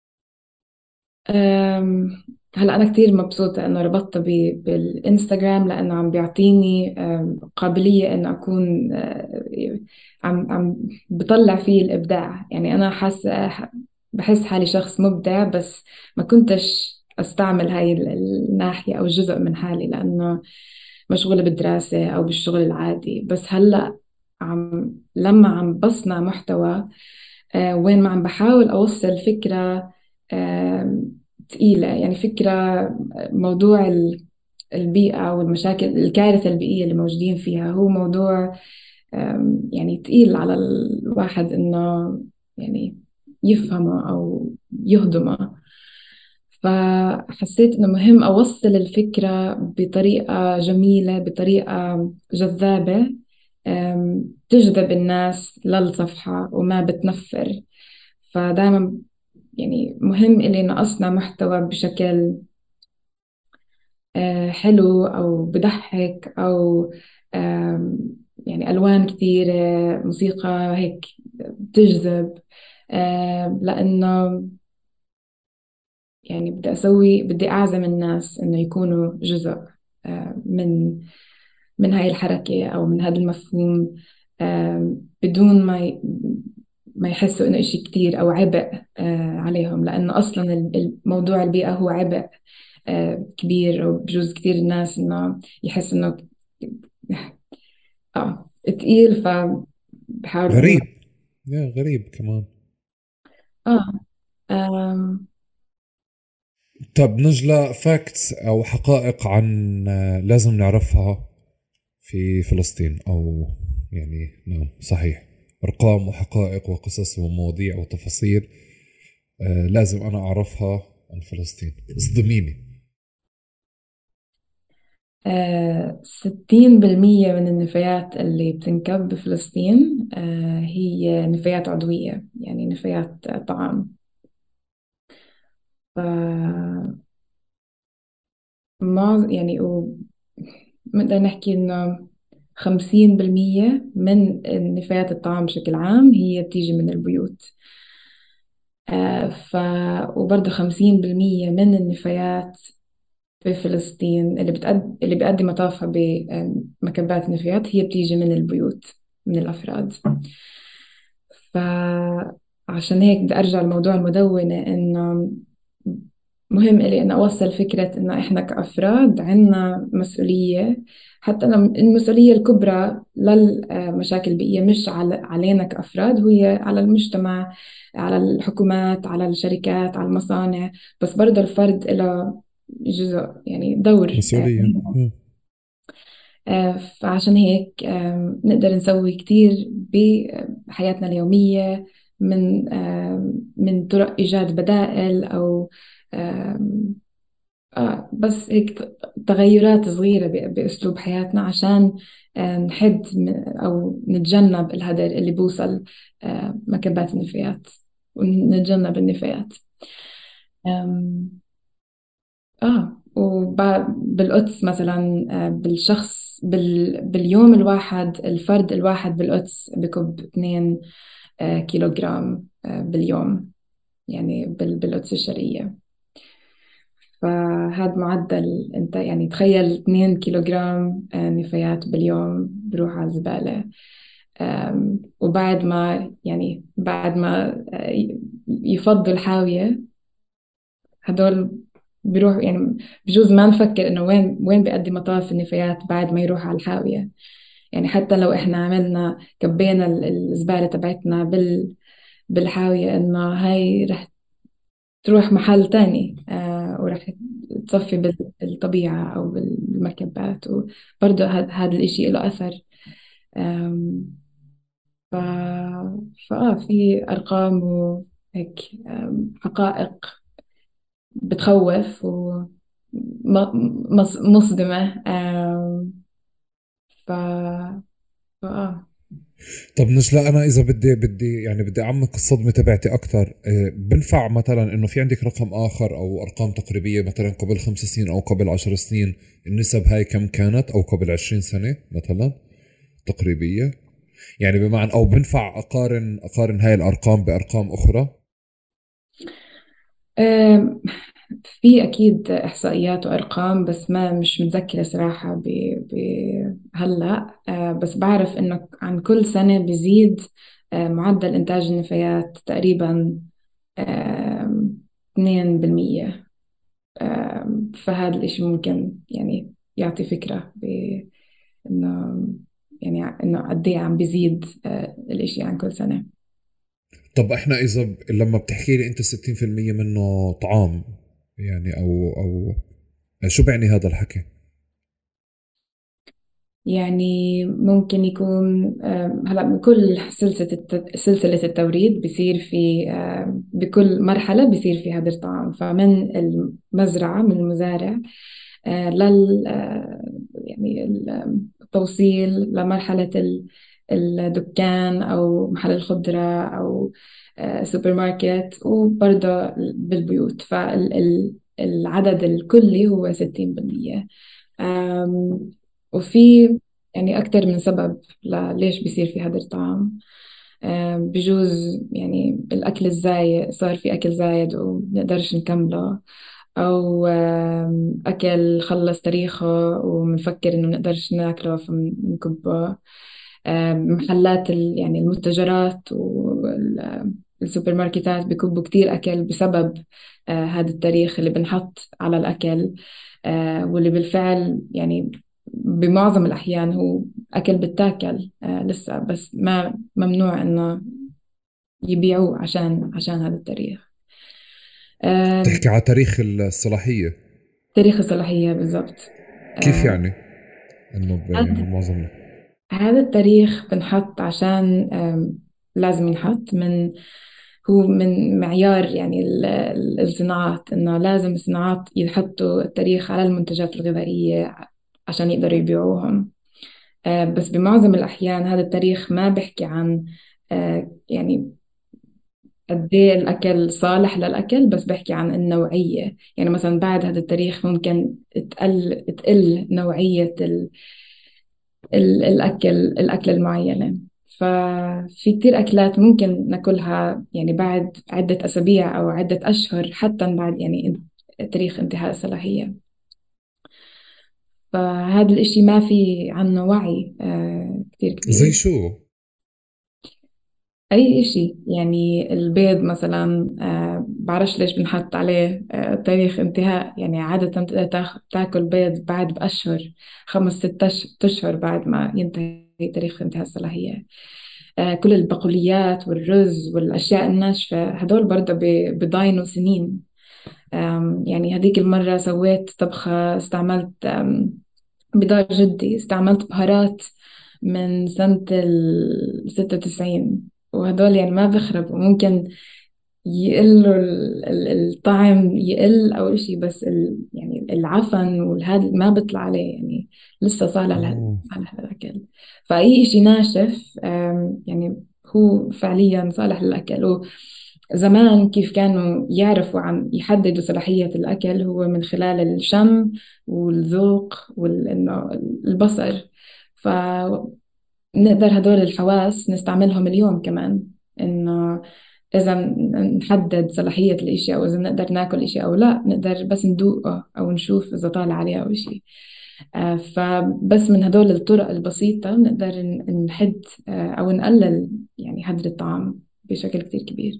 أم، هلا أنا كتير مبسوطة إنه ربطت ب- بالإنستغرام، لأنه عم بيعطيني أم، قابلية إنه أكون أه، عم عم بطلع فيه الإبداع. يعني أنا حاسة بحس حالي شخص مبدع، بس ما كنتش أستعمل هاي ال- الناحية أو جزء من حالي، لأنه مشغولة بالدراسة أو بالشغل العادي. بس هلا عم لما عم بصنع محتوى، آه، وين ما عم بحاول أوصل فكرة آم، تقيلة، يعني فكرة موضوع ال- البيئة والمشاكل الكارثة البيئية اللي موجودين فيها، هو موضوع آم، يعني تقيل على الواحد إنه يعني يفهمه أو يهضمه. فحسيت إنه مهم أوصل الفكرة بطريقة جميلة، بطريقة جذابة، آم، تجذب الناس للصفحة وما بتنفر. فدائما يعني مهم إلي إنه أصنع محتوى بشكل آه، حلو أو بضحك أو آم، يعني ألوان كثيرة، موسيقى هيك بتجذب. آم، لأنه يعني بدي أسوي بدي أعزم الناس إنه يكونوا جزء آه، من من هاي الحركة أو من هذا المفهوم، آم، بدون ما ي- ما يحسوا إنه إشي كتير أو عبء آه، عليهم، لأنه أصلا ال- الموضوع البيئة هو عبء آه، كبير، وبجوز كتير الناس إنه يحسوا إنه آه تقيل، فبحاولوا إنه غريب. يا غريب كمان. آه آم، طب نجلة، فاكتس أو حقائق عن آه، لازم نعرفها في فلسطين، أو يعني نعم صحيح، أرقام وحقائق وقصص ومواضيع وتفاصيل آه، لازم أنا أعرفها عن فلسطين، اصدميني. آه، ستين بالمية من النفايات اللي بتنكب بفلسطين آه، هي نفايات عضوية، يعني نفايات طعام. ف ما يعني و- نقدر نحكي إنه خمسين بالمية من نفايات الطعام بشكل عام هي بتيجي من البيوت. آه، ف وبرضه خمسين بالمية من النفايات في فلسطين اللي بتقد... اللي بيقدم مطافها بمكبات النفايات هي بتيجي من البيوت، من الأفراد. ف عشان هيك بدي أرجع لموضوع المدونة، إنه مهم إلي أن أوصل فكرة إنه إحنا كأفراد عنا مسؤولية، حتى لو المسؤولية الكبرى للمشاكل البيئية مش على علينا كأفراد، هي على المجتمع، على الحكومات، على الشركات، على المصانع، بس برضه الفرد له جزء، يعني دور. مسؤولية. مم. آه، فعشان هيك آم، نقدر نسوي كتير بحياتنا اليومية، من آم، من طرق إيجاد بدائل، أو آم، آه بس هيك تغيرات صغيرة ب- بأسلوب حياتنا، عشان آه، نحد م- أو نتجنب الهدر اللي بوصل آه، مكبات النفايات، ونتجنب النفايات. آم، آه وبالقدس مثلا، آه، بالشخص بال باليوم الواحد، الفرد الواحد بالقدس بكب اثنين آه، كيلو جرام آه، باليوم، يعني بال- بالقدس الشرقية. فهذا معدل، انت يعني تخيل اثنين كيلو جرام آه، نفايات باليوم بروح على الزبالة. آم، وبعد ما يعني بعد ما آه، ي- يفضوا الحاوية، هدول بيروح يعني بجوز ما نفكر انه وين وين بيقضي مطاف النفايات بعد ما يروح على الحاوية. يعني حتى لو احنا عملنا كبينا ال- الزبالة تبعتنا بال بالحاوية، انه هاي رح تروح محل تاني آه ورح تصفي بال- بالطبيعة او بالمركبات، وبرضه هذا هذا الاشي له اثر. آم، ف فآه في ارقام وهيك آم، حقائق بتخوف ومصدمة. ف فآه طب نجلاء، انا اذا بدي بدي يعني بدي اعمق الصدمه تبعتي اكثر، بنفع مثلا انه في عندك رقم اخر او ارقام تقريبيه، مثلا قبل خمس سنين او قبل عشر سنين النسب هاي كم كانت، او قبل عشرين سنه مثلا تقريبيه، يعني بمعنى او بنفع اقارن اقارن هاي الارقام بارقام اخرى؟ آم، في أكيد إحصائيات وأرقام، بس ما مش متذكرة صراحة ب... ب... هلأ. آه، بس بعرف إنه عن كل سنة بيزيد آه، معدل إنتاج النفايات تقريبا آم، اثنين بالمية. آم، فهذا الإشي ممكن يعني يعطي فكرة إنه يعني إنه قد إيه عم بيزيد آه، الإشي عن كل سنة. طب احنا اذا ب... لما بتحكي لي انت ستين في المية منه طعام، يعني او او شو بيعني هذا الحكي؟ يعني ممكن يكون آه، هلا من كل سلسلة الت- سلسلة التوريد بيصير في آه، بكل مرحلة بيصير في هدر طعام، فمن المزرعة من المزارع آه، لل آه، يعني التوصيل لمرحلة ال- الدكان أو محل الخضرة أو آه، سوبر ماركت، وبرضه بالبيوت، فالعدد الكلي هو ستين بالمية. أم، وفي يعني أكثر من سبب ليش بيصير في هدر طعام. أم، بجوز يعني الأكل الزايد، صار في أكل زايد وبنقدرش نكمله، أو أم، أكل خلص تاريخه وبنفكر إنه منقدرش ناكله فبنكبه. أم، محلات ال- يعني المتجرات والسوبر ماركتات بكبوا كتير أكل بسبب آه، هذا التاريخ اللي بنحط على الأكل. آه، واللي بالفعل يعني بمعظم الأحيان هو أكل بتاكل آه، لسه، بس ما ممنوع إنه يبيعوه عشان عشان هذا التاريخ. آه، بتحكي على تاريخ الصلاحيه؟ تاريخ الصلاحية بالضبط. كيف آه، يعني انه ب- هذا يعني معظم؟ هذا التاريخ بنحط عشان آم، لازم ينحط من هو من معيار يعني ال- ال- الصناعات، إنه لازم الصناعات يحطوا التاريخ على المنتجات الغذائية عشان يقدروا يبيعوهم. آه، بس بمعظم الأحيان هذا التاريخ ما بيحكي عن آه، يعني قد ايه الأكل صالح للأكل، بس بحكي عن النوعية. يعني مثلا بعد هذا التاريخ ممكن تقل تقل نوعية ال ال الأكل الأكل المعينة. ففي كتير أكلات ممكن ناكلها يعني بعد عدة أسابيع أو عدة أشهر، حتى بعد يعني تاريخ انتهاء الصلاحية. فهذا الإشي ما في عنه وعي آه، كتير زي كبير. شو؟ أي إشي يعني البيض مثلا، آه بعرفش ليش بنحط عليه آه تاريخ انتهاء. يعني عادة تقدر تاخ- تاكل بيض بعد بأشهر، خمس ست أش- أشهر بعد ما ينتهي تاريخ انتهاء الصلاحية. آه كل البقوليات والرز والأشياء الناشفة هدول برضه ب- بضاينوا سنين. آم، يعني هذيك المرة سويت طبخة، استعملت آم، بدار جدي، استعملت بهارات من سنة الستة وتسعين، وهدول يعني ما بخربوا. ممكن يقلوا ال- ال- الطعم يقل أو إشي، بس ال يعني العفن والهذا ما بيطلع عليه، يعني لسه صالح لهال- اه. صالح للأكل. فأي إشي ناشف آم، يعني هو فعليا صالح للأكل. وزمان كيف كانوا يعرفوا عن يحددوا صلاحية الأكل، هو من خلال الشم والذوق وإنه البصر. فنقدر هدول الحواس نستعملهم اليوم كمان، إنه إذا نحدد صلاحية الإشي، أو إذا نقدر ناكل إشي أو لا، نقدر بس ندوقه أو نشوف إذا طالع عليه أو إشي. آه، فبس من هدول الطرق البسيطة نقدر ن- نحد آه، أو نقلل يعني هدر الطعام بشكل كتير كبير.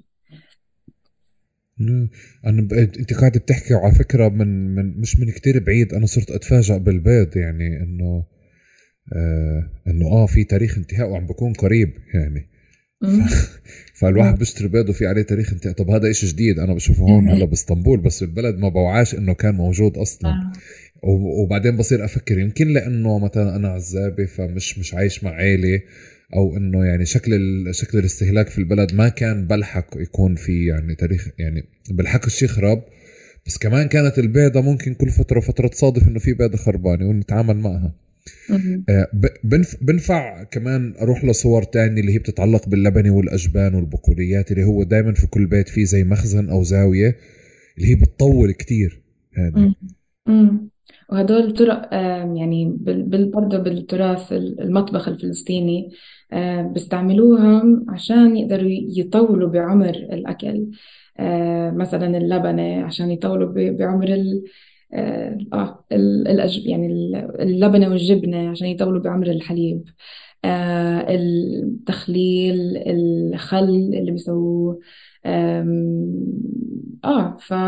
مم. انا ب... انت قاعد بتحكي على فكره من من مش من كتير بعيد انا صرت اتفاجأ بالبيض، يعني انه آه انه اه في تاريخ انتهاء وعم بكون قريب يعني. ف... مم. فالواحد بيشتري بيض وفي عليه تاريخ انتهاء. طب هذا إشي جديد انا بشوفه هون هلا باسطنبول، بس البلد ما بوعاش انه كان موجود اصلا. آه. و- وبعدين بصير افكر يمكن لانه مثلا انا عزابي فمش مش عايش مع عيلة، او انه يعني شكل ال... شكل الاستهلاك في البلد ما كان بلحق يكون في يعني تاريخ، يعني بلحقش يخرب. بس كمان كانت البيضة ممكن كل فترة وفترة تصادف انه في بيضة خربانة ونتعامل معها. مم. آه، ب- بنف... بنفع كمان اروح لصور تاني اللي هي بتتعلق باللبنة والاجبان والبقوليات، اللي هو دايما في كل بيت فيه زي مخزن او زاوية اللي هي بتطول كتير يعني. مم. مم. وهدول طرق آم، يعني بال- بال- برضه بالتراث المطبخ الفلسطيني، آم، بيستعملوها عشان يقدروا يطولوا بعمر الأكل. آه، مثلا اللبنة عشان يطولوا ب- بعمر ال آه آه، ال- الأج يعني ال- اللبنة والجبنة عشان يطولوا بعمر الحليب. آه التخليل، الخل اللي بيسووه. آم، اه ف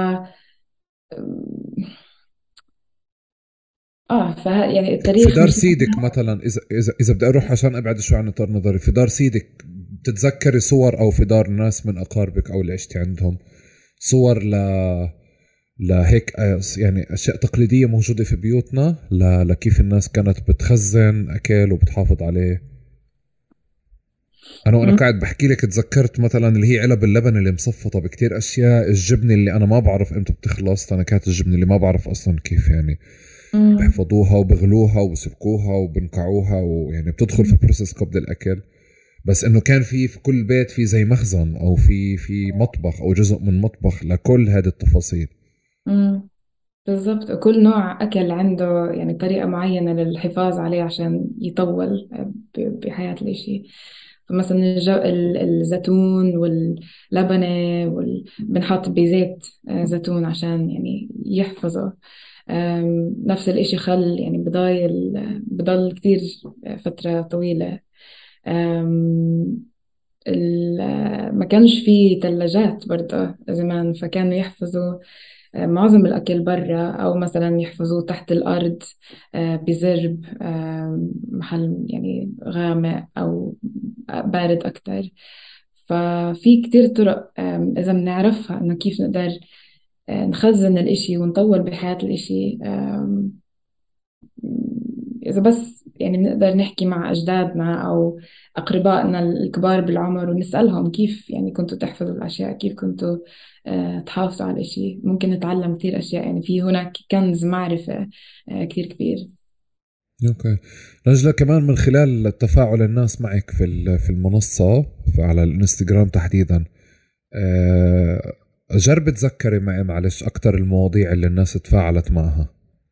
اه ف يعني في التاريخ دار مش سيدك مثلا، اذا اذا اذا بدي اروح عشان ابعد شوي عن اطار نظري، في دار سيدك بتتذكري صور، او في دار ناس من اقاربك او اللي عشتي عندهم صور ل لهيك آه، يعني اشياء تقليديه موجوده في بيوتنا ل... لكيف الناس كانت بتخزن اكل وبتحافظ عليه؟ انا وانا مم. قاعد بحكي لك تذكرت مثلا اللي هي علب اللبن اللي مصفطه بكتير اشياء، الجبنه اللي انا ما بعرف امتى بتخلص، تنكات الجبنه اللي ما بعرف اصلا كيف يعني مم. بحفظوها وبغلوها وبسلكوها وبنقعوها، ويعني بتدخل في بروسس قبل الاكل. بس انه كان في في كل بيت في زي مخزن او في في مطبخ او جزء من مطبخ لكل هذه التفاصيل. مم. بالضبط. وكل نوع أكل عنده يعني طريقة معينة للحفاظ عليه عشان يطول ب- بحياة الإشي. فمثلا الجو ال- الزيتون واللبنة وال... بنحط بزيت آه، زيتون عشان يعني يحفظه. آم، نفس الإشي خل، يعني بضايل بضل كتير فترة طويلة. آم، ال- ما كانش فيه ثلاجات برضه زمان، فكانوا يحفظوا آه، معظم الأكل برا، أو مثلا يحفظوه تحت الأرض آه، بزرب آه، محل يعني غامق أو بارد أكتر. ففي كتير طرق آم، إذا بنعرفها إنه كيف نقدر آه، نخزن الإشي ونطول بحياة الإشي. آم، إذا بس يعني بنقدر نحكي مع أجدادنا أو أقربائنا الكبار بالعمر ونسألهم كيف يعني كنتوا تحفظوا الأشياء، كيف كنتوا آه، تحافظوا على الإشي، ممكن نتعلم كتير أشياء. يعني في هناك كنز معرفة آه، كتير كبير. اوكي. نجلة، كمان من خلال تفاعل الناس معك في ال- في المنصة، في على الانستغرام تحديدا، آه، جربي تذكري معي معلش اكثر المواضيع اللي الناس تفاعلت معها.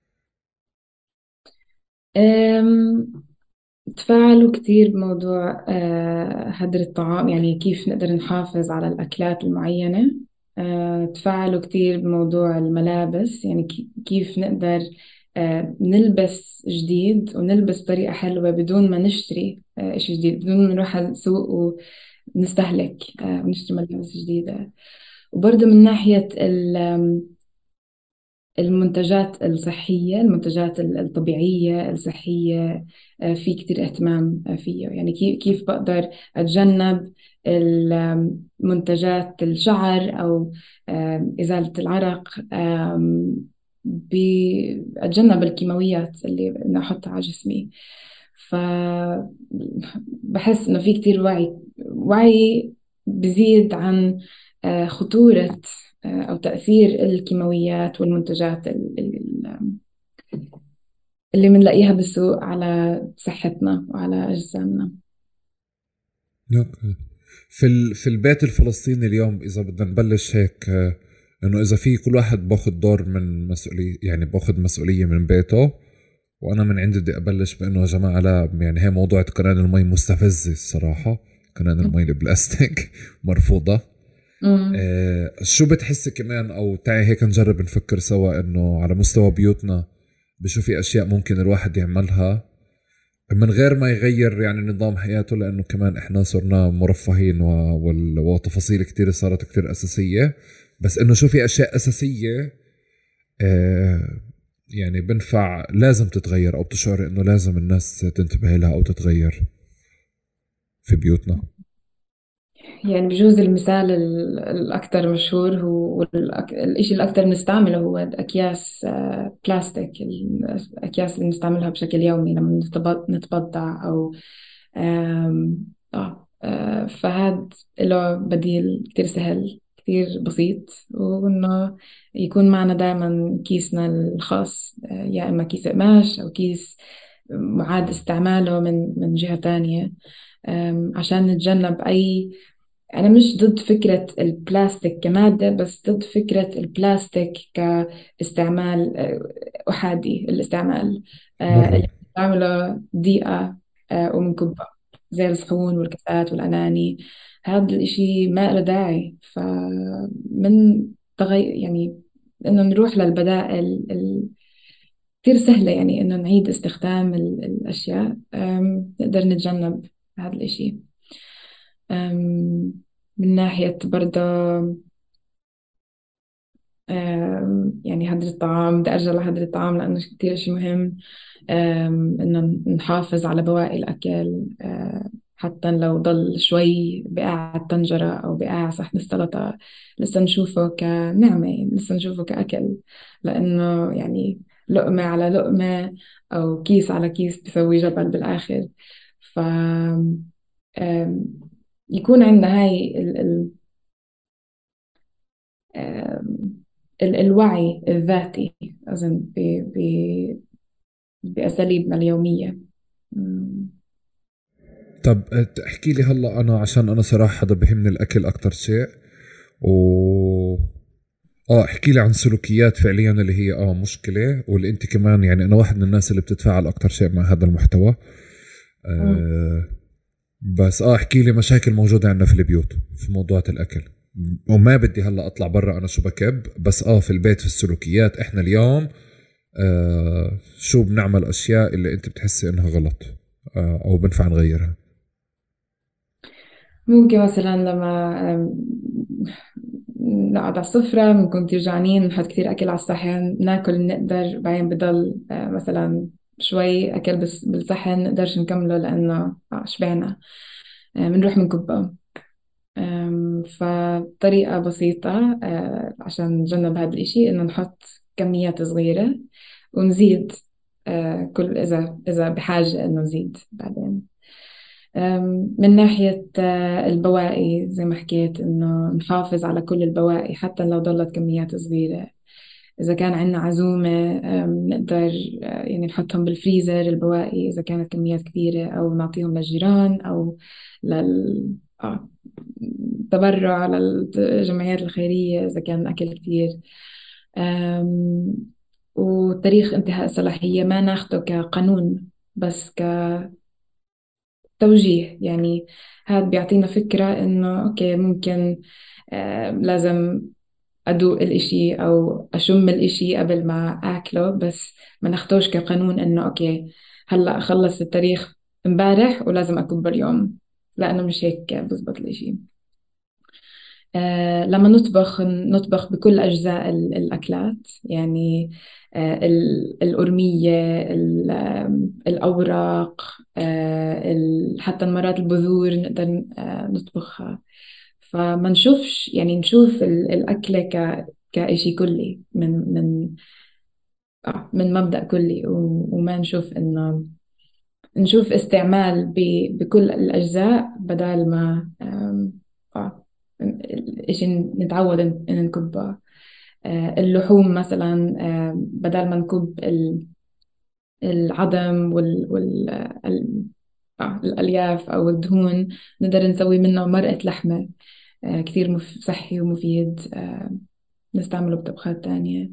أم، تفاعلوا كتير بموضوع آه، هدر الطعام، يعني كيف نقدر نحافظ على الأكلات المعينة. آه، تفاعلوا كتير بموضوع الملابس، يعني كي- كيف نقدر آه، نلبس جديد ونلبس بطريقة حلوة بدون ما نشتري آه، إشي جديد، بدون ما نروح على السوق ونستهلك آه، ونشتري ملابس جديدة. وبرضه من ناحية المنتجات الصحية، المنتجات الطبيعية الصحية، آه، في كتير اهتمام آه، فيه. يعني كيف كيف بقدر أتجنب منتجات الشعر أو آم، إزالة العرق، آم، بأتجنب الكيماويات اللي بدنا أحطها على جسمي. فبحس إنه في كتير وعي وعي بزيد عن آه، خطورة آه، أو تأثير الكيماويات والمنتجات ال- ال- اللي بنلاقيها بالسوق على صحتنا وعلى أجسامنا. اوكي. في ال... في البيت الفلسطيني اليوم اذا بدنا نبلش هيك، آه، انه اذا في كل واحد باخذ دور من مسؤولية، يعني باخذ مسؤولية من بيته. وانا من عندي بدي ابلش بانه يا جماعة لا، يعني هي موضوع قناة المي مستفز الصراحة. قناة المي البلاستيك مرفوضة. أمم. آه، شو بتحسي كمان، او تعي هيك نجرب نفكر سوا انه على مستوى بيوتنا بشو في اشياء ممكن الواحد يعملها من غير ما يغير يعني نظام حياته، لانه كمان احنا صرنا مرفهين و... وال... وتفاصيل كتير صارت كتير اساسية. بس انه شو في اشياء اساسية آه يعني بنفع لازم تتغير، او بتشعر انه لازم الناس تنتبه لها او تتغير في بيوتنا. يعني بجوز المثال ال- الأكثر مشهور هو والإشي الأكثر بنستعمله هو أكياس آه، بلاستيك، الأكياس اللي بنستعملها بشكل يومي لما نتبض- نتبضع أو آم، آه آه، فهاد له بديل كتير سهل كتير بسيط، وإنه يكون معنا دائما كيسنا الخاص، آه، يا إما كيس قماش أو كيس معاد استعماله من من جهة تانية، آم، عشان نتجنب أي. أنا مش ضد فكرة البلاستيك كمادة، بس ضد فكرة البلاستيك كاستعمال آه، أحادي الاستعمال، آه، مرة. اللي بنستعمله دقيقة آه، ومنكبه زي الصحون والكاسات والأناني. هذا الإشي ما له داعي. فمن تغير يعني إنه نروح للبدائل ال- كتير سهلة، يعني إنه نعيد استخدام ال- الأشياء، آم، نقدر نتجنب هذا الإشي. أم، من ناحية برضه أم، يعني هدر الطعام، بدي أرجع لهدر الطعام لأنه كتير شيء مهم. أم، إنه نحافظ على بواقي الأكل، أه، حتى لو ضل شوي بقع على الطنجرة أو بقع على صحن السلطة، لسه نشوفه كنعمة، لسه نشوفه كأكل. لأنه يعني لقمة على لقمة أو كيس على كيس بيسوي جبل بالآخر. ف أم، يكون عندنا هاي ال ال أم، ال الوعي الذاتي، أظن ب ب بأساليبنا اليومية. أم، طب احكي لي هلا، انا عشان انا صراحة حدا بهمني الاكل اكتر شيء، و اه احكي لي عن سلوكيات فعليا اللي هي اه مشكلة، واللي انت كمان يعني انا واحد من الناس اللي بتتفاعل اكتر شيء مع هذا المحتوى. أم، آه بس اه احكي لي مشاكل موجودة عندنا في البيوت في موضوع الاكل. وما بدي هلا اطلع برا انا شو بكب، بس اه في البيت في السلوكيات احنا اليوم آه شو بنعمل اشياء اللي انت بتحسي انها غلط، آه او بنفع نغيرها. ممكن مثلا لما أم، نقعد على السفرة بنكون كتير جوعانين، نحط كتير أكل على الصحن، ناكل اللي نقدر، بعدين بضل آه، مثلا شوي أكل بس بالصحن نقدرش نكمله لأنه آه، شبعنا، آه، بنروح بنكبه. أم، فطريقة بسيطة أه، عشان نتجنب هذا الإشي إنه نحط كميات صغيرة ونزيد أه، كل إذا إذا بحاجة إنه نزيد بعدين. أم، من ناحية أه، البواقي زي ما حكيت إنه نحافظ على كل البواقي حتى لو ضلت كميات صغيرة. إذا كان عنا عزومة أم، نقدر أه، يعني نحطهم بالفريزر البواقي إذا كانت كميات كبيرة، أو نعطيهم للجيران أو لل آه تبرع للجمعيات الخيرية إذا كان أكل كتير. أم، وتاريخ انتهاء الصلاحية ما ناخده كقانون، بس كتوجيه. يعني هذا بيعطينا فكرة إنه أوكي ممكن أم، لازم أدوق الإشي أو أشم الإشي قبل ما أكله، بس ما ناخدوش كقانون إنه أوكي هلأ خلص التاريخ امبارح ولازم أكبه اليوم، لأنه مش هيك بزبط الإشي. آه لما نطبخ نطبخ بكل أجزاء ال- الأكلات، يعني آه ال- الأرمية، ال- آم، الأوراق، آه ال- حتى مرات البذور نقدر آه نطبخها. فما نشوفش، يعني نشوف ال- الأكلة ك كإشي كلي، من من آه من مبدأ كلي، و- وما نشوف إنه نشوف استعمال ب- بكل الأجزاء، بدل ما آم، آه الإشي نتعود إن إن نكبه. آه، اللحوم مثلا، آه، بدل ما نكب ال- العظم وال, وال آه، ال- آه، الألياف أو الدهون، نقدر نسوي منه مرقة لحمة. آه، كثير مف- صحي ومفيد. آه، نستعمله بطبخات تانية.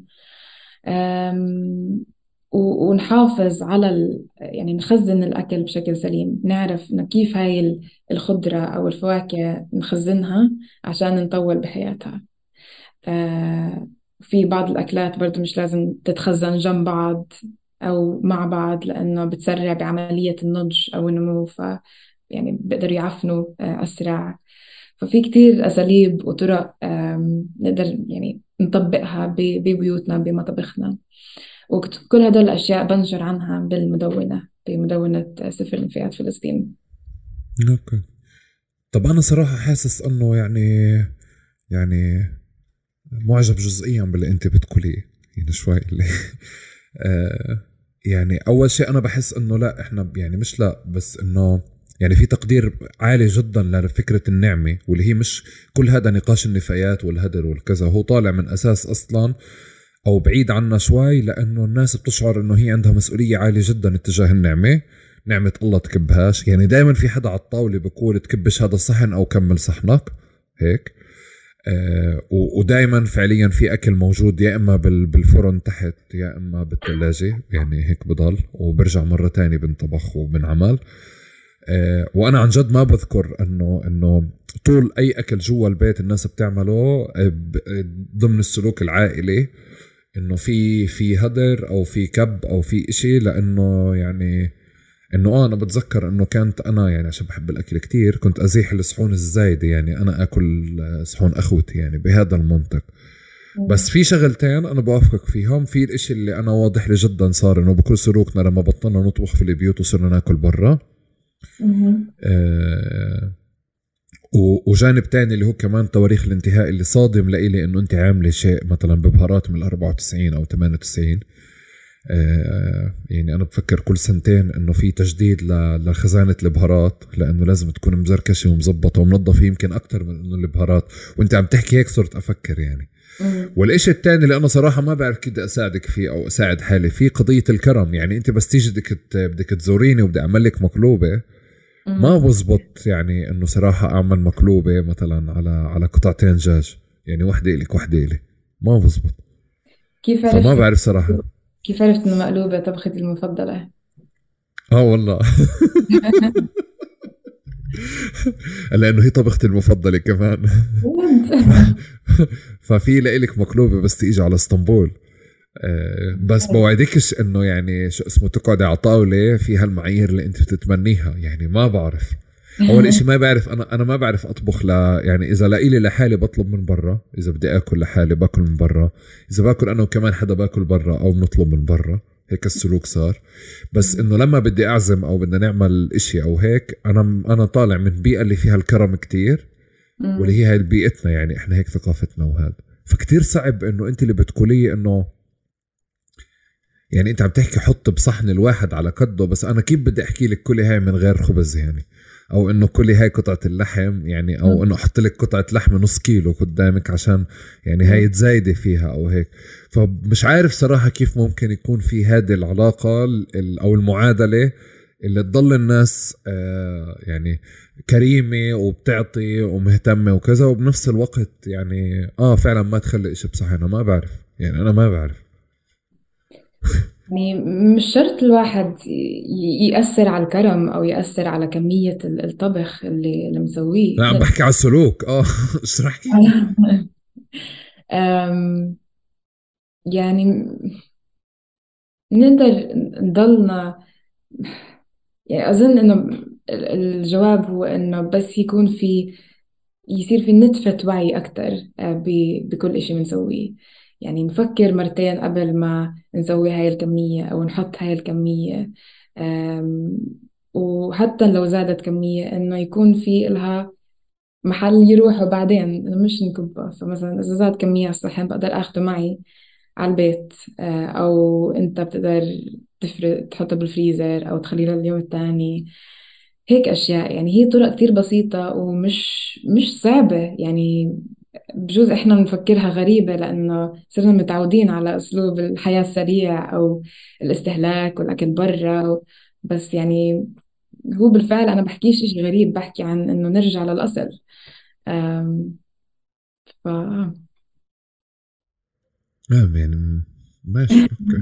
أم، و- ونحافظ على ال... يعني نخزن الأكل بشكل سليم، نعرف إنه كيف هاي ال- الخضرة أو الفواكه نخزنها عشان نطول بحياتها. آه، في بعض الأكلات برضو مش لازم تتخزن جنب بعض أو مع بعض، لأنه بتسرع بعملية النضج أو النمو، ف يعني بيقدروا يعفنوا آه، أسرع. ففي كتير أساليب وطرق آم، نقدر يعني نطبقها ب- ببيوتنا بمطابخنا. وكل هدول الأشياء بنشر عنها بالمدونة، بمدونة سفر النفايات فلسطين. اوكي. طب انا صراحة حاسس انه يعني يعني معجب جزئيا باللي انت بتقوليه، يعني شوي اللي آه يعني اول شيء انا بحس انه لا احنا يعني مش لا بس انه يعني في تقدير عالي جدا لفكرة النعمة، واللي هي مش كل هذا نقاش النفايات والهدر والكذا، هو طالع من اساس اصلا او بعيد عنا شوي، لانه الناس بتشعر انه هي عندها مسؤولية عالية جدا اتجاه النعمة. نعمة الله تكبهاش، يعني دائما في حدا على الطاولة بقول تكبش هذا الصحن او كمل صحنك هيك. آه ودائما فعليا في اكل موجود يا اما بالفرن تحت يا اما بالثلاجة، يعني هيك بضل وبرجع مرة تاني بنطبخ وبنعمل. آه وانا عن جد ما بذكر انه انه طول اي اكل جوا البيت الناس بتعمله ضمن السلوك العائلي، انه في في هدر او في كب او في اشي، لانه يعني انه اه انا بتذكر انه كانت انا يعني عشان بحب الاكل كتير كنت ازيح الصحون الزايدة، يعني انا اكل صحون اخوتي يعني بهذا المنطق. بس في شغلتين انا بوافقك فيهم. في الاشي اللي انا واضح لي جدا صار انه بكل سلوكنا لما بطلنا نطبخ في البيوت وصرنا ناكل برا. آه وجانب تاني اللي هو كمان تواريخ الانتهاء اللي صادم لإلي انه انت عامله شيء مثلا ببهارات من الأربعة وتسعين او ثمانية وتسعين. آه يعني انا بفكر كل سنتين انه في تجديد لخزانة البهارات، لانه لازم تكون مزركشة ومزبطة ومنظفة يمكن اكتر من انه البهارات. وانت عم تحكي هيك صرت افكر يعني. والاشي الثاني اللي انا صراحة ما بعرف كده اساعدك فيه او اساعد حالي فيه قضية الكرم. يعني انت بس تيجي بدك بدك تزوريني وبدي اعمل لك مقلوبة، ما بزبط يعني انه صراحة اعمل مقلوبة مثلا على على قطعتين دجاج، يعني واحدة إلك واحدة إلي، ما بزبط. كيف فما عرفت بعرف صراحة. كيف عرفت إنه مقلوبة طبختي المفضلة؟ اه والله لانه هي طبختي المفضلة كمان ففي لإلك مقلوبة بس تيجي على اسطنبول. أه بس بوعدكش انه يعني شو اسمه تقعدي على طاولة في هالمعايير اللي انت بتتمنيها، يعني ما بعرف. اول اشي ما بعرف، انا انا ما بعرف اطبخ. لا يعني اذا لإلي لحالي بطلب من برا، اذا بدي اكل لحالي باكل من برا، اذا باكل انا وكمان حدا باكل برا او بنطلب من برا، هيك السلوك صار. بس انه لما بدي اعزم او بدنا نعمل اشي او هيك، انا انا طالع من بيئة اللي فيها الكرم كتير، واللي هي هاي بيئتنا، يعني احنا هيك ثقافتنا وهذا. فكتير صعب انه انت اللي بتقولي انه يعني انت عم تحكي حط بصحن الواحد على قده، بس انا كيف بدي احكي لك كلي هاي من غير خبز يعني، او انه كلي هاي قطعة اللحم يعني، او انه احط لك قطعة لحم نص كيلو قدامك عشان يعني هاي تزايدة فيها او هيك. فمش عارف صراحة كيف ممكن يكون في هذه العلاقة او المعادلة اللي تضل الناس آه يعني كريمة وبتعطي ومهتمة وكذا، وبنفس الوقت يعني اه فعلا ما تخلي اشي بصحنها. ما بعرف يعني، انا ما بعرف يعني مش شرط الواحد ي- يأثر على الكرم أو يأثر على كمية ال- الطبخ اللي اللي مسويه. لا عم بحكي على السلوك. اه اشرحي. أم، يعني نقدر نضلنا، يعني أظن إنه ال- الجواب هو إنه بس يكون في يصير في نتفة وعي أكتر آه، ب- بكل إشي بنسويه. يعني نفكر مرتين قبل ما نسوي هاي الكمية أو نحط هاي الكمية. آم، وحتى لو زادت كمية إنه يكون في إلها محل يروحوا بعدين، إنه مش نكبه. فمثلا إذا زاد كمية على الصحن بقدر أخده معي على البيت، آه، أو أنت بتقدر تفرق تحطه بالفريزر أو تخليه لليوم التاني. هيك أشياء، يعني هي طرق كتير بسيطة ومش مش صعبة يعني. بجوز إحنا بنفكرها غريبة لأنه صرنا متعودين على أسلوب الحياة السريع أو الاستهلاك والأكل برا. بس يعني هو بالفعل أنا بحكيش إشي غريب، بحكي عن إنه نرجع للأصل. أم، ف نعم يعني ماشي اوكي.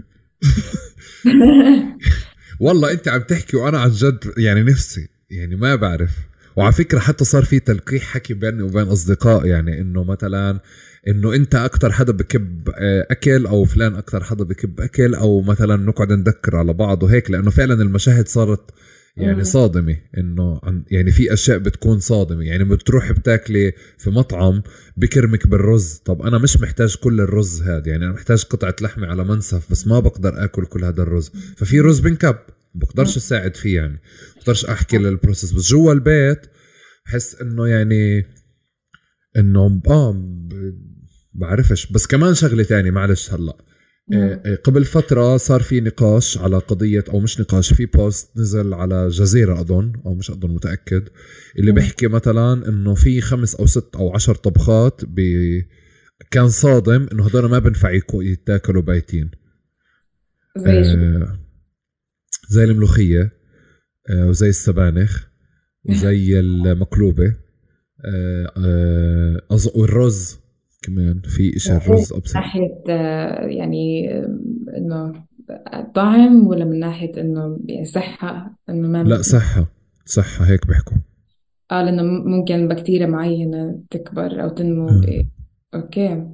والله انت عم تحكي وانا عن جد يعني نفسي يعني ما بعرف. وعلى فكرة حتى صار في تلقيح حكي بيني وبين اصدقاء، يعني انه مثلا انه انت اكتر حدا بكب آه، اكل، او فلان اكتر حدا بكب اكل، او مثلا نقعد نذكر على بعض وهيك، لانه فعلا المشاهد صارت يعني أمم، صادمة. انه عن- يعني في اشياء بتكون صادمة، يعني بتروح بتاكلي في مطعم بكرمك بالرز، طب انا مش محتاج كل الرز هذا، يعني انا محتاج قطعة لحمة على منسف بس ما بقدر اكل كل هذا الرز، ففي رز بنكب بقدرش اساعد فيه، يعني بقدرش احكي للبروسيس. بس جوا البيت بحس انه يعني انه اه ب- بعرفش. بس كمان شغلة تاني معلش هلا، آه، أمم، آه، قبل فترة صار في نقاش على قضية، أو مش نقاش، في بوست نزل على جزيرة أظن، أو مش أظن متأكد، اللي أمم. بيحكي مثلا إنه في خمس أو ست أو عشر طبخات ب... كان صادم إنه هدول ما بنفع يكو- يتاكلوا بايتين. زي شو؟ آه، زي الملوخية، آه، وزي السبانخ، وزي المقلوبة، آه، آه، أظ- والرز كمان في إشي هو من الرز أبسط. ناحية آه، يعني آه، إنه طعم، ولا من ناحية إنه يعني صحة إنه لا ما. صحة، صحة هيك بيحكوا. قال إنه ممكن بكتيريا معينة تكبر أو تنمو آه. ب... أوكي.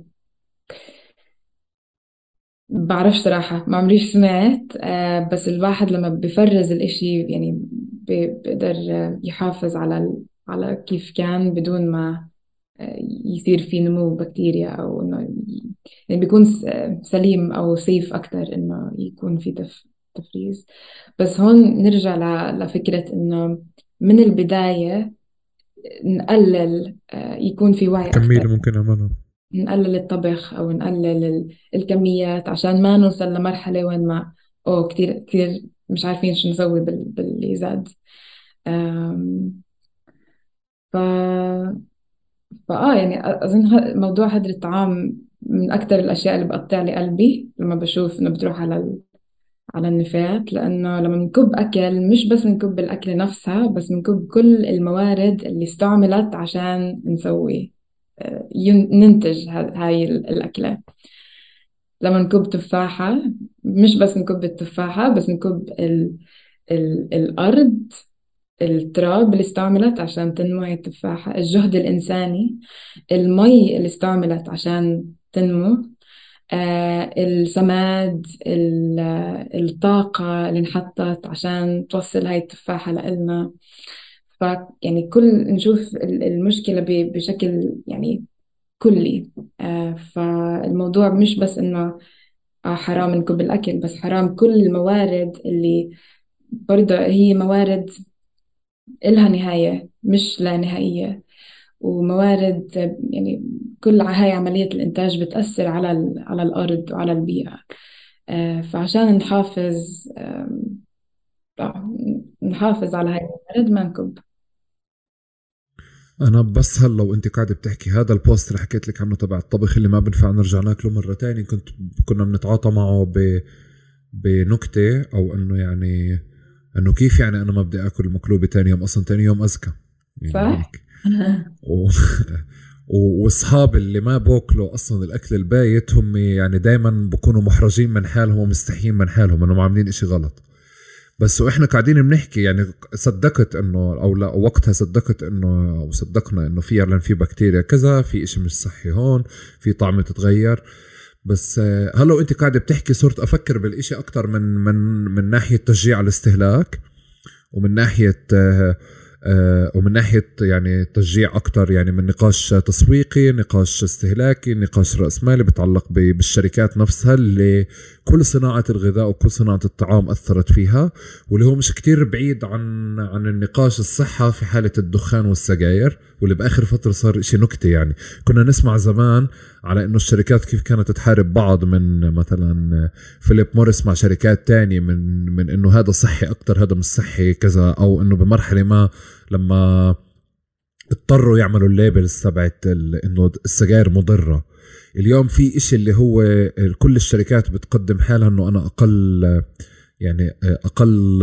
بعرفش صراحة، ما عمريش سمعت. آه بس الواحد لما بفرز الإشي يعني ب- بيقدر آه، يحافظ على ال... على كيف كان بدون ما آه، يصير في نمو بكتيريا، أو إنه ي- يعني بيكون س- آه، سليم أو سيف أكتر إنه يكون في تف... تفريز. بس هون نرجع ل... لفكرة إنه من البداية نقلل، آه، يكون في وعي الكمية أكتر. اللي ممكن نعملها. نقلل الطبخ أو نقلل ال- الكميات عشان ما نوصل لمرحلة وين ما أوه كتير كتير مش عارفين شو نسوي بال- باللي زاد. أم، ف... فآه يعني أظن ه- موضوع هدر الطعام من أكتر الأشياء اللي بقطع لي قلبي لما بشوف إنه بتروح على ال... على النفايات. لأنه لما بنكب أكل مش بس بنكب الأكلة نفسها، بس بنكب كل الموارد اللي استعملت عشان نسوي آه، ين- ننتج ه- هاي ال- الأكلة. لما نكب تفاحة مش بس نكب التفاحة، بس نكب ال... ال... الأرض، التراب اللي استعملت عشان تنمو هاي التفاحة، الجهد الإنساني، المي اللي استعملت عشان تنمو، آه السماد، ال- الطاقة اللي انحطت عشان توصل هاي التفاحة لإلنا. ف يعني كل نشوف ال- المشكلة ب- بشكل يعني كلي. آه فالموضوع مش بس إنه آه حرام نكب الأكل، بس حرام كل الموارد اللي برضه هي موارد إلها نهاية مش لا نهائية. وموارد يعني كل هاي عملية الإنتاج بتأثر على ال- على الأرض وعلى البيئة. آه، فعشان نحافظ آم، آه، نحافظ على هاي الموارد ما نكب. انا بس هلا وانت قاعده بتحكي هذا البوست اللي حكيت لك عنه تبع الطبخ اللي ما بنفع نرجع ناكله مره تانية، كنت كنا بنتعاطى معه ب بنكته، او انه يعني انه كيف يعني انا ما بدي اكل مقلوبه تاني يوم، اصلا تاني يوم اذكى يعني صح؟ هيك. و... و- واصحاب اللي ما بوكلوا اصلا الاكل البايت هم يعني دائما بكونوا محرجين من حالهم ومستحيين من حالهم انهم عاملين اشي غلط. بس واحنا قاعدين بنحكي يعني صدقت انه، او لا وقتها صدقت انه، او صدقنا انه فعلا في بكتيريا كذا، في اشي مش صحي هون، في طعمه تتغير. بس آه، هلا وانت قاعده بتحكي صرت افكر بالاشي اكتر من من من ناحيه تشجيع على الاستهلاك، ومن ناحية آه آه ومن ناحية يعني تشجيع أكتر، يعني من نقاش تسويقي، نقاش استهلاكي، نقاش رأسمالي بتعلق بالشركات نفسها اللي كل صناعة الغذاء وكل صناعة الطعام أثرت فيها، واللي هو مش كتير بعيد عن عن النقاش الصحة في حالة الدخان والسجاير، واللي بآخر فترة صار إشي نكتة. يعني كنا نسمع زمان على إنه الشركات كيف كانت تحارب بعض، من مثلا فيليب موريس مع شركات تانية، من من إنه هذا صحي أكتر هذا مش صحي كذا، أو إنه بمرحلة ما لما اضطروا يعملوا الليبلز تبعت إنه السجاير مضرة. اليوم في إشي اللي هو كل الشركات بتقدم حالها إنه أنا أقل يعني أقل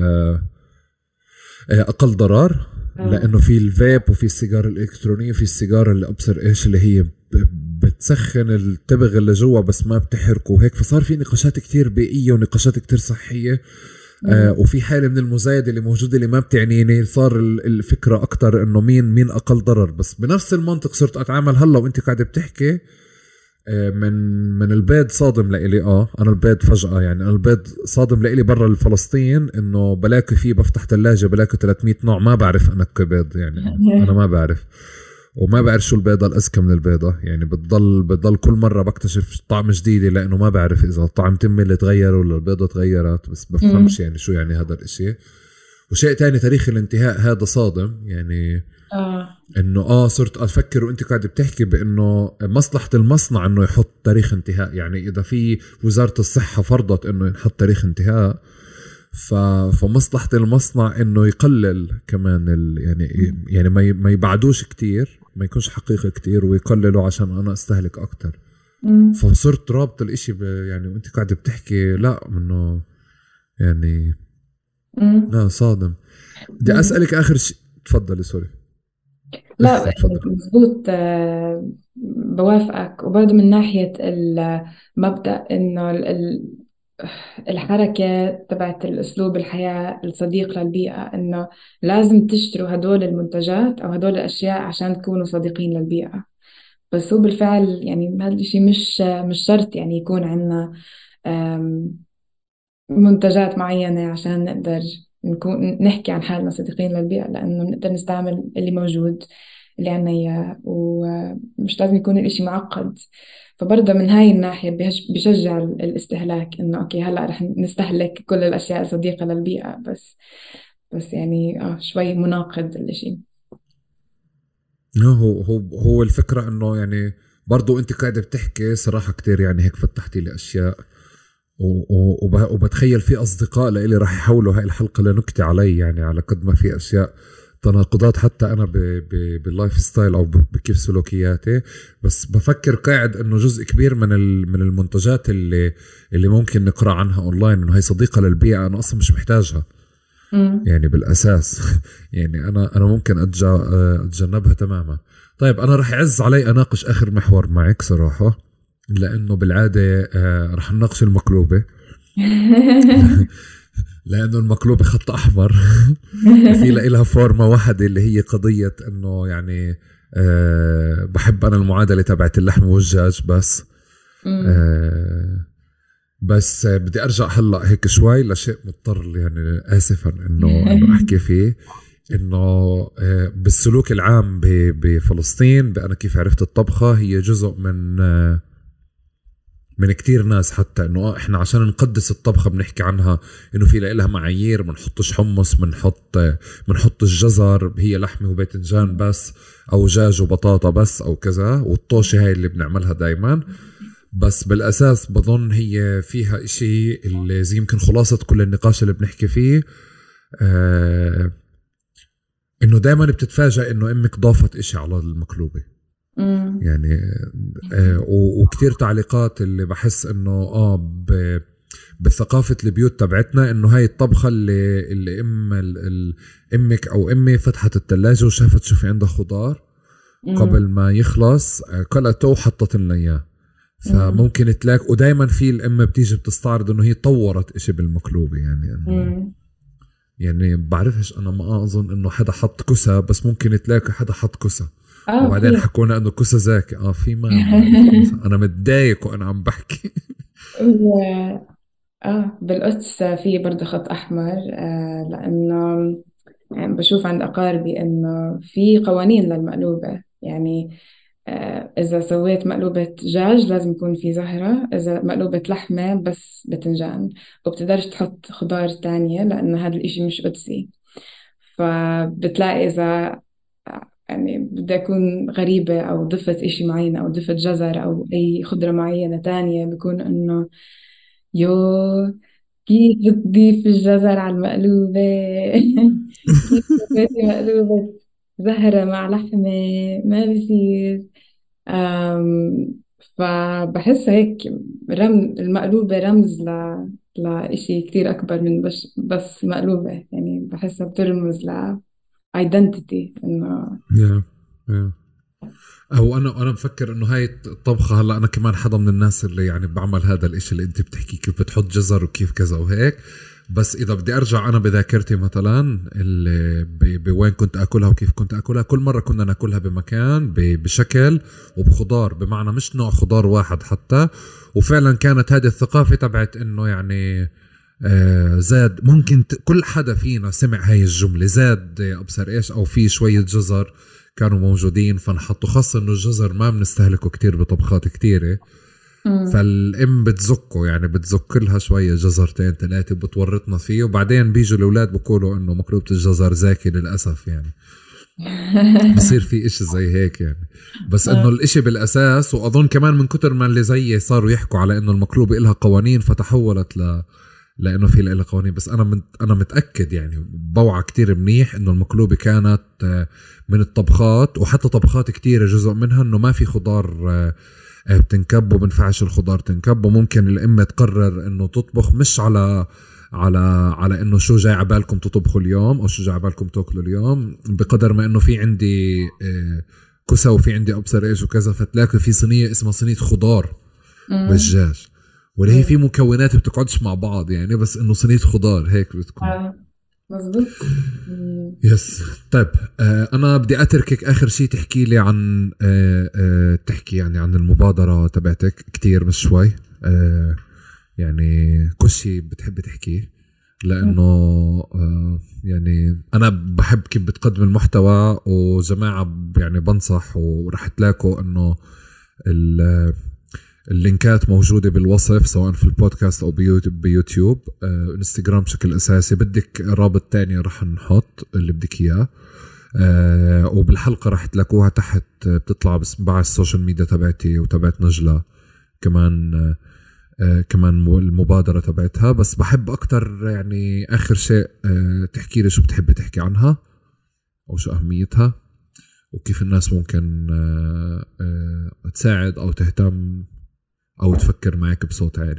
أقل ضرر، لأنه في الفيب وفي السيجارة الإلكترونية، في السيجارة اللي أبصر إيش اللي هي بتسخن التبغ اللي جوا بس ما بتحركه وهيك. فصار في نقاشات كتير بيئية ونقاشات كتير صحية. آه وفي حالة من المزايدة اللي موجودة اللي ما بتعنيني. صار الفكرة أكتر إنه مين مين أقل ضرر. بس بنفس المنطق صرت أتعامل هلا وإنت قاعدة بتحكي آه من من البيض صادم لإلي. آه أنا البيض فجأة يعني أنا البيض صادم لإلي برا الفلسطين، إنه بلاقي فيه بفتح تلاجة بلاقي ثلاثمية نوع ما بعرف أنا كبيض يعني أنا ما بعرف، وما بعرف شو البيضة الأذكى من البيضة. يعني بتضل بتضل كل مرة بكتشف طعم جديد، لأنه ما بعرف إذا الطعم تم اللي تغير ولا البيضة تغيرت، بس بفهمش يعني شو يعني هذا الاشي. وشيء تاني تاريخ الانتهاء هذا صادم يعني آه. إنه آه صرت أفكر وإنت قاعد بتحكي بإنه مصلحة المصنع إنه يحط تاريخ انتهاء. يعني إذا في وزارة الصحة فرضت إنه ينحط تاريخ انتهاء، فمصلحة المصنع إنه يقلل كمان ال يعني يعني ما ما يبعدوش كتير، ما يكونش حقيقي كتير، ويقللوا عشان أنا أستهلك أكتر. مم. فصرت رابط الإشي يعني وأنت قاعدة بتحكي لا منه يعني مم. لا صادم. بدي أسألك آخر شيء. تفضلي سوري. لا مزبوط بوافقك. وبرضه من ناحية المبدأ إنه الحركة تبعت الأسلوب الحياة الصديق للبيئة، إنه لازم تشتروا هدول المنتجات أو هدول الأشياء عشان تكونوا صديقين للبيئة. بس هو بالفعل يعني هذا الشيء مش مش شرط يعني يكون عنا منتجات معينة عشان نقدر نكون نحكي عن حالنا صديقين للبيئة، لأنه نقدر نستعمل اللي موجود اللي عنا إياه، ومش لازم يكون الإشي معقد. فبرضه من هاي الناحية بيشجع الاستهلاك، إنه أوكي هلأ رح نستهلك كل الأشياء الصديقة للبيئة، بس بس يعني آه شوي مناقض الإشي. هو هو هو الفكرة إنه يعني برضه أنت قاعدة بتحكي صراحة كتير يعني هيك فتحتي لي أشياء، وبتخيل في أصدقاء لإلي راح يحولوا هاي الحلقة لنكتة علي، يعني على قد ما في أشياء تناقضات حتى أنا باللايف ستايل أو بكيف سلوكياتي. بس بفكر قاعد إنه جزء كبير من من المنتجات اللي اللي ممكن نقرأ عنها أونلاين إنه هي صديقة للبيئة، أنا أصلا مش محتاجها يعني بالأساس. يعني أنا أنا ممكن أتجنبها تماما. طيب أنا رح يعز علي أناقش آخر محور معك صراحة، لأنه بالعادة رح نناقش المقلوبة لأنه المقلوبة خط أحمر في لها فورمة واحدة اللي هي قضية أنه يعني أه بحب أنا المعادلة تبعت اللحم والدجاج بس. أه بس بدي أرجع هلأ هيك شوي لشيء مضطر يعني آسفا أنه أنه أحكي فيه، إنه أه بالسلوك العام بفلسطين بأنا كيف عرفت الطبخة هي جزء من أه من كتير ناس، حتى انه احنا عشان نقدس الطبخة بنحكي عنها انه في لها معايير، منحطش حمص، منحط منحط الجزر هي لحمة وباذنجان بس، او دجاج وبطاطا بس، او كذا، والطوشة هاي اللي بنعملها دايما. بس بالاساس بظن هي فيها اشي اللي زي يمكن خلاصة كل النقاش اللي بنحكي فيه، آه انه دايما بتتفاجأ انه امك ضافت اشي على المقلوبة. مم. يعني آه وكتير تعليقات اللي بحس انه اه بثقافة البيوت تبعتنا انه هاي الطبخة اللي, اللي ام ال امك او امي فتحت الثلاجة وشافت شو في عندها خضار مم. قبل ما يخلص كلته وحطت لنا اياه. فممكن تلاقي ودايما في الام بتيجي بتستعرض انه هي طورت اشي بالمقلوبة، يعني انه يعني بعرفش انا ما اظن انه حدا حط كسة، بس ممكن تلاقي حدا حط كسة آه وبعدين حكونا انه كوسة زاكي. اه في ما انا متضايق وانا عم بحكي. آه بالقدس في برضه خط أحمر، آه لأنه يعني بشوف عند أقاربي إنه في قوانين للمقلوبة. يعني آه إذا سويت مقلوبة دجاج لازم يكون في زهرة، إذا مقلوبة لحمة بس بتنجان، وبتقدرش تحط خضار تانية لأنه هذا الإشي مش قدسي. فبتلاقي إذا يعني بدي أكون غريبة أو ضفت إشي معين أو ضفت جزر أو أي خضرة معينة تانية، بكون إنه يو كيف بتضيف الجزر على المقلوبة؟ كيف سويتي مقلوبة زهرة مع لحمة؟ ما بصير. أم فبحس هيك رم المقلوبة رمز ل لإشي كتير أكبر من بس بس مقلوبة. يعني بحسها بترمز ل identity إنه yeah. yeah. او انا انا بفكر انه هاي الطبخه، هلا انا كمان حدا من الناس اللي يعني بعمل هذا الاشي اللي انت بتحكي، كيف بتحط جزر وكيف كذا وهيك. بس اذا بدي ارجع انا بذاكرتي مثلا اللي بوين كنت اكلها وكيف كنت اكلها، كل مره كنا ناكلها بمكان بشكل وبخضار، بمعنى مش نوع خضار واحد حتى. وفعلا كانت هذه الثقافه تبعت انه يعني آه زاد، ممكن كل حدا فينا سمع هاي الجمله، زاد ابصر ايش او في شويه جزر كانوا موجودين فنحطوا، خاصة انه الجزر ما بنستهلكه كتير بطبخات كتيرة. فالام بتزكه، يعني بتزك لها شوية جزرتين ثلاثة بتورطنا فيه، وبعدين بيجوا الاولاد بقولوا انه مقلوبة الجزر زاكي للأسف يعني. بصير في اشي زي هيك يعني. بس انه الاشي بالاساس، واظن كمان من كتر ما اللي زي صاروا يحكوا على انه المقلوبة إلها قوانين فتحولت ل لانه في لها قوانين. بس انا من انا متاكد يعني بوعى كتير منيح انه المقلوبه كانت من الطبخات، وحتى طبخات كتيره جزء منها انه ما في خضار بتنكب وبنفعش الخضار تنكب، وممكن الام تقرر انه تطبخ مش على على على انه شو جاي عبالكم تطبخوا اليوم او شو جاي عبالكم تاكلوا اليوم، بقدر ما انه في عندي كسا وفي عندي ابصر ايش وكذا، فتلاقي في صينيه اسمها صينيه خضار بالدجاج، ولا هي في مكونات بتقعدش مع بعض يعني، بس انه صينيه خضار هيك بتكون. آه مزبوط. يس. طيب آه انا بدي اتركك اخر شيء تحكي لي عن آه آه تحكي يعني عن المبادره تبعتك كتير مش شوي، آه يعني كل شيء بتحب تحكيه، لانه آه يعني انا بحب كيف بتقدم المحتوى، وجماعه يعني بنصح، ورح تلاقوا انه اللينكات موجودة بالوصف سواء في البودكاست أو بيوتيوب. آه، انستغرام بشكل أساسي، بدك رابط تاني رح نحط اللي بدك إياه. آه، وبالحلقة رح تلاقوها تحت بتطلع بس بعد السوشيال ميديا تبعتي وتبعت نجلة كمان. آه، آه، كمان المبادرة تبعتها. بس بحب أكتر يعني آخر شيء آه، تحكي لي شو بتحب تحكي عنها أو شو أهميتها، وكيف الناس ممكن آه، آه، تساعد أو تهتم أو تفكر معك بصوت عالي.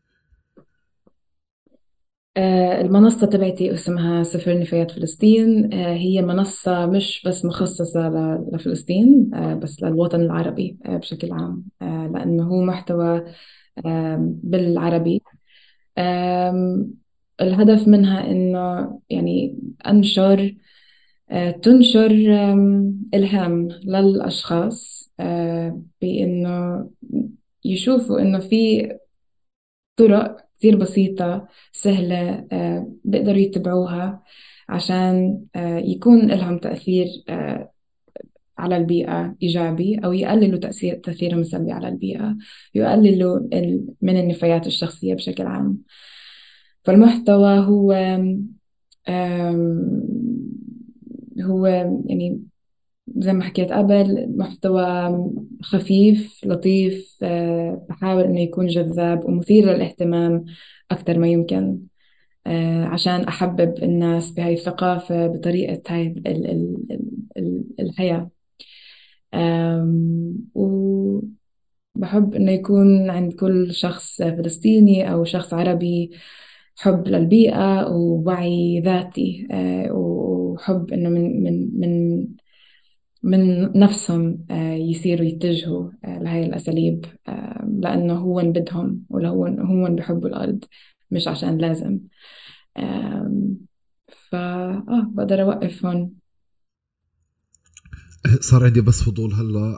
آه المنصة تبعتي اسمها صفر نفايات فلسطين. آه هي منصة مش بس مخصصة لفلسطين، آه بس للوطن العربي آه بشكل عام، آه لأنه هو محتوى آه بالعربي. آه الهدف منها إنه يعني أنشر آه تنشر آه إلهام للأشخاص، آه بإنه يشوفوا إنه في طرق كتير بسيطة سهلة آه بيقدروا يتبعوها عشان آه يكون لهم تأثير آه على البيئة إيجابي، أو يقللوا تأثير تأثيرهم السلبي على البيئة، يقللوا من النفايات الشخصية بشكل عام. فالمحتوى هو هو يعني زي ما حكيت قبل، محتوى خفيف لطيف، أه بحاول إنه يكون جذاب ومثير للاهتمام أكثر ما يمكن، أه عشان أحبب الناس بهاي الثقافة بطريقة هاي ال ال ال ال الحياة. وبحب إنه يكون عند كل شخص فلسطيني أو شخص عربي حب للبيئة ووعي ذاتي، أه وحب إنه من من من من نفسهم يصيروا يتجهوا لهي الأساليب، لأنه هو بدهم، ولا هو هو بيحبوا الأرض مش عشان لازم. فا آه بقدر أوقف هون. صار عندي بس فضول هلا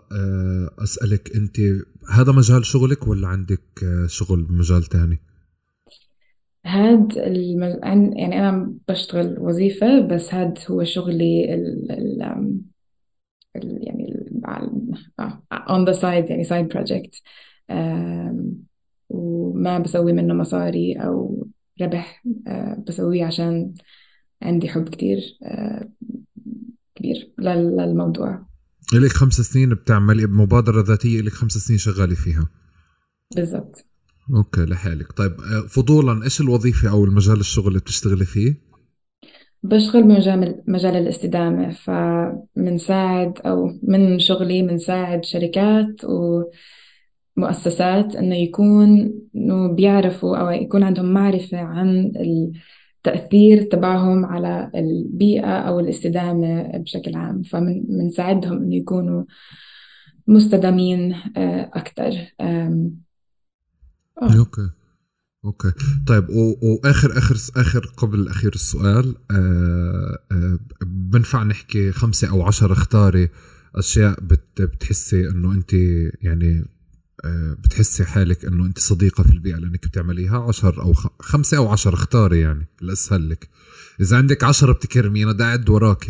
أسألك، أنت هذا مجال شغلك ولا عندك شغل بمجال تاني؟ هاد المج... عن- يعني أنا بشتغل وظيفة، بس هاد هو شغلي ال... ال... ال... يعني ال... على- آه، on the side، يعني side project. آم، وما بسوي منه مصاري أو ربح. آه، بسويه عشان عندي حب كتير آه، كبير لل- للموضوع. إلك خمس سنين بتعملي مبادرة ذاتية، إلك خمس سنين شغالي فيها. بالضبط. اوكي لحالك. طيب آه، فضولا ايش الوظيفة او المجال الشغل اللي بتشتغلي فيه؟ بشتغل بمجال مجال الاستدامة، فمنساعد أو من شغلي منساعد شركات ومؤسسات إنه يكون إنه بيعرفوا أو يكون عندهم معرفة عن التأثير تبعهم على البيئة أو الاستدامة بشكل عام، فمنساعدهم إنه يكونوا مستدامين آه، أكتر. آم، آه اوكي. اوكي. طيب و... واخر اخر اخر قبل الاخير السؤال، آه آه بنفع نحكي خمسة او عشر اختاري اشياء بت... بتحسي انه انت يعني آه بتحسي حالك انه انت صديقة في البيئة لانك بتعمليها؟ عشر او خ... خمسة او عشر اختاري يعني الاسهل لك. اذا عندك عشرة بتكرمي انا قاعد وراكي.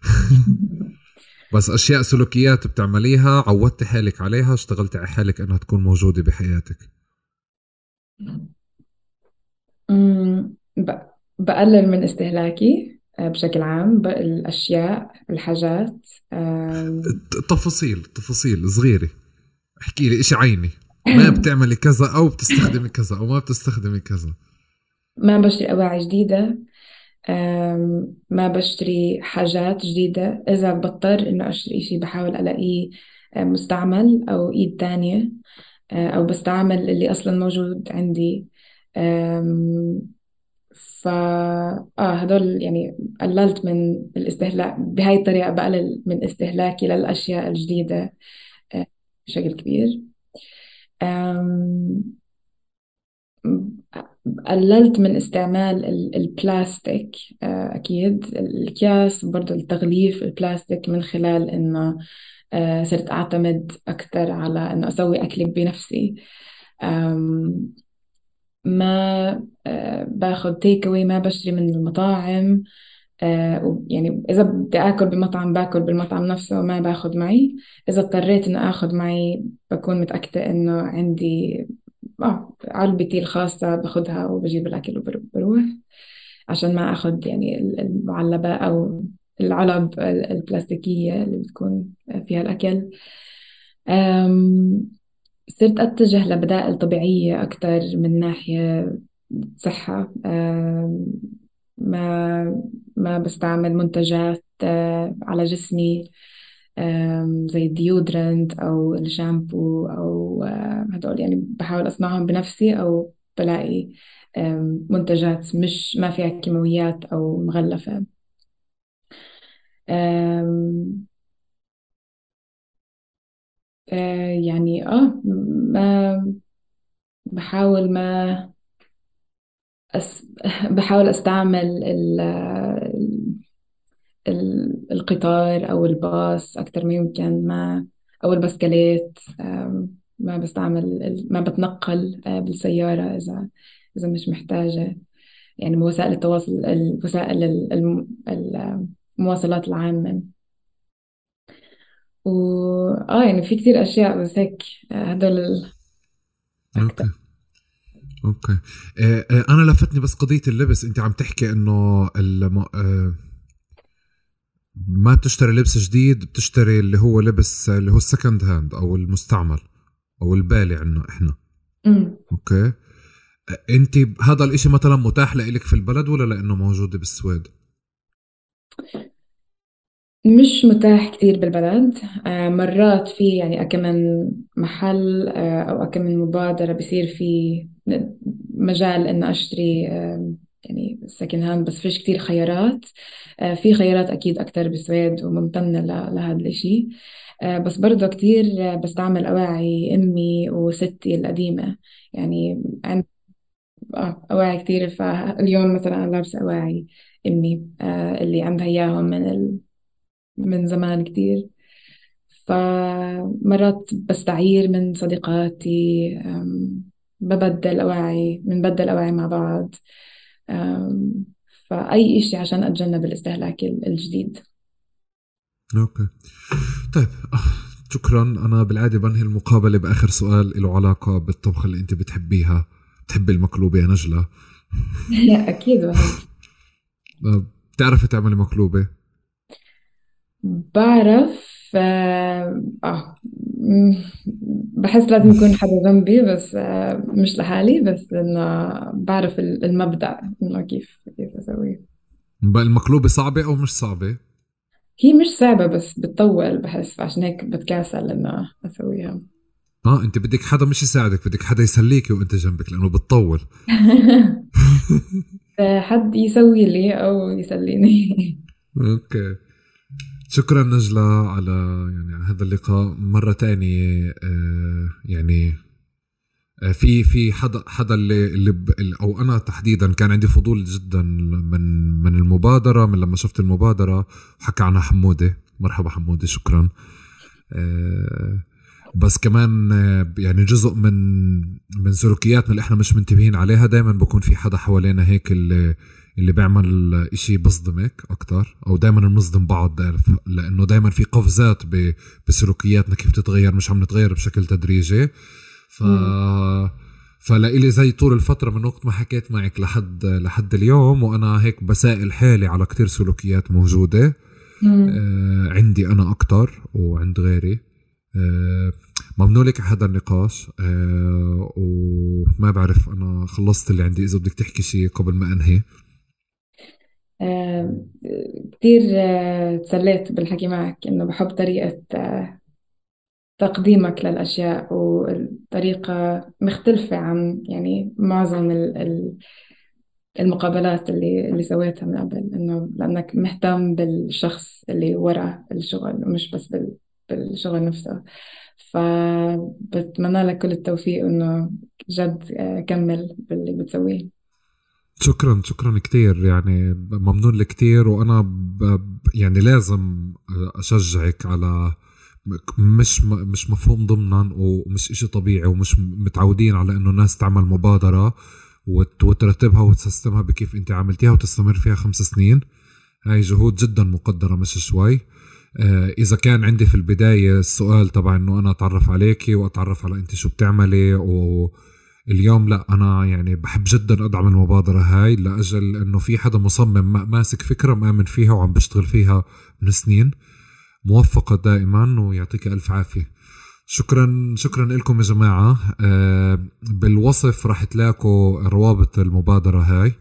بس اشياء سلوكيات بتعمليها عودتي حالك عليها، اشتغلتي على حالك انها تكون موجودة بحياتك. أمم، ب- بقلل من استهلاكي آه، بشكل عام، ب- الأشياء الحاجات. آم، تفاصيل تفاصيل صغيرة، احكي لي اشي عيني، ما بتعملي كذا او بتستخدمي كذا او ما بتستخدمي كذا. ما بشتري أواعي جديدة. آم، ما بشتري حاجات جديدة. إذا بضطر إنه أشتري إشي بحاول ألاقيه آه، مستعمل أو إيد تانية، آه، أو بستعمل اللي أصلا موجود عندي. آم، فا آه هدول يعني قللت من الاستهلاك بهاي الطريقة، بقلل من استهلاكي للأشياء الجديدة آه، بشكل كبير. آم، قللت من استعمال ال- البلاستيك. آه، أكيد الأكياس برضو التغليف البلاستيك، من خلال إنه آه، صرت أعتمد أكثر على إنه أسوي أكلي بنفسي. آم، ما آه، باخد تيك أواي، ما بشتري من المطاعم. آه، و- يعني إذا بدي آكل بمطعم باكل بالمطعم نفسه، ما باخد معي. إذا اضطريت إنه آخد معي بكون متأكدة إنه عندي آه علبتي الخاصة، باخدها وبجيب الأكل وبروح، عشان ما أخد يعني ال- المعلبة أو العلب ال- البلاستيكية اللي بتكون فيها الأكل. أم، صرت أتجه لبدائل طبيعية أكتر من ناحية صحة. أم، ما ما بستعمل منتجات آه، على جسمي، آم، زي الديودرنت أو الشامبو أو آه، هدول. يعني بحاول أصنعهم بنفسي، أو بلاقي آم، منتجات مش ما فيها كيماويات أو مغلفة. آم، آه، يعني آه ما بحاول ما أس بحاول أستعمل ال ال- القطار أو الباص أكتر ما يمكن، ما أو البسكليت. آم، ما بستعمل ال- ما بتنقل آه، بالسيارة إذا إذا مش محتاجة. يعني وسائل التواصل الوسائل ال- الم- ال- المواصلات العامة. و آه يعني في كتير أشياء، بس هيك آه، هدول الأكتر. اوكي. اوكي. آه آه انا لفتني بس قضية اللبس، انت عم تحكي انه الم... آه ما بتشتري لبس جديد، بتشتري اللي هو لبس اللي هو السكند هاند او المستعمل او البالي عنا احنا. أمم. اوكي. آه انت هذا الاشي مثلا متاح لإلك في البلد ولا لانه موجود بالسويد؟ مش متاح كتير بالبلد. آه، مرات في يعني أكم من محل آه، أو أكم من مبادرة بصير في مجال إنه أشتري آه، يعني سكند هاند، بس فيش كتير خيارات. آه، في خيارات أكيد أكتر بالسويد، وممتنة ل- لهذا الإشي. آه، بس برضه كتير آه، بستعمل أواعي أمي وستي القديمة. يعني عندي آه، أواعي كتير. فاليوم مثلا أنا لابسة أواعي أمي آه، اللي عندها إياهم من من زمان كتير. فمرات بستعير من صديقاتي. أم، ببدل أوعي بنبدل أوعي مع بعض. فأي إشي عشان أتجنب الاستهلاك الجديد. أوكي طيب شكرا. أنا بالعادة بنهي المقابلة بآخر سؤال له علاقة بالطبخة اللي أنت بتحبيها. بتحبي المقلوبة يا نجلة؟ أكيد بحب. بتعرفي تعملي مقلوبة؟ بعرف آه, آه بحس لازم يكون حدا جنبي بس آه مش لحالي، بس إنه بعرف المبدأ إنه كيف كيف أسويه. المقلوبة صعبة أو مش صعبة؟ هي مش صعبة بس بتطول بحس، عشان هيك بتكاسل إنه أسويها. اه انت بدك حدا مش يساعدك، بدك حدا يسليكي وانت جنبك لانه بتطول. حد يسوي لي او يسليني. اوكي شكرا نجلة على يعني على هذا اللقاء مرة تانية. آه يعني آه في في حدا حدا اللي, اللي ب او انا تحديدا كان عندي فضول جدا من من المبادرة، من لما شفت المبادرة وحكى عنها حمودة. مرحبا حمودة شكرا. آه بس كمان يعني جزء من من سلوكياتنا اللي احنا مش منتبهين عليها دايما بكون في حدا حوالينا هيك اللي اللي بيعمل اشي بصدمك اكتر، او دايما بنصدم بعض لانه دايما في قفزات بسلوكياتنا كيف تتغير، مش عم نتغير بشكل تدريجي. ف فلإلي زي طول الفترة من وقت ما حكيت معك لحد لحد اليوم وانا هيك بسائل حالي على كتير سلوكيات موجودة آه عندي انا اكتر وعند غيري. آه ممنوع لك هذا النقاش. آه وما بعرف أنا خلصت اللي عندي، إذا بدك تحكي شيء قبل ما أنهي. آه كتير آه تسليت بالحكي معك، إنه بحب طريقة آه تقديمك للأشياء، والطريقة مختلفة عن يعني معظم المقابلات اللي اللي سويتها من قبل، إنه لأنك مهتم بالشخص اللي وراء الشغل ومش بس بال بالشغل نفسه. فبتمنى لك كل التوفيق، إنه جد كمل باللي بتسويه. شكرا شكرا كتير، يعني ممنون لك كتير. وأنا ب يعني لازم أشجعك على مش مش مفهوم ضمنا ومش إشي طبيعي ومش متعودين على إنه الناس تعمل مبادرة وترتبها وتسيستمها بكيف أنت عملتيها وتستمر فيها خمس سنين. هاي جهود جدا مقدرة مش شوي. إذا كان عندي في البداية السؤال طبعا إنه أنا أتعرف عليكي وأتعرف على أنت شو بتعملي، واليوم لا أنا يعني بحب جدا أدعم المبادرة هاي لأجل إنه في حدا مصمم ماسك فكرة مآمن فيها وعم بشتغل فيها من سنين. موفقة دائما ويعطيك ألف عافية. شكرا شكرا لكم يا جماعة. بالوصف راح تلاقوا روابط المبادرة هاي.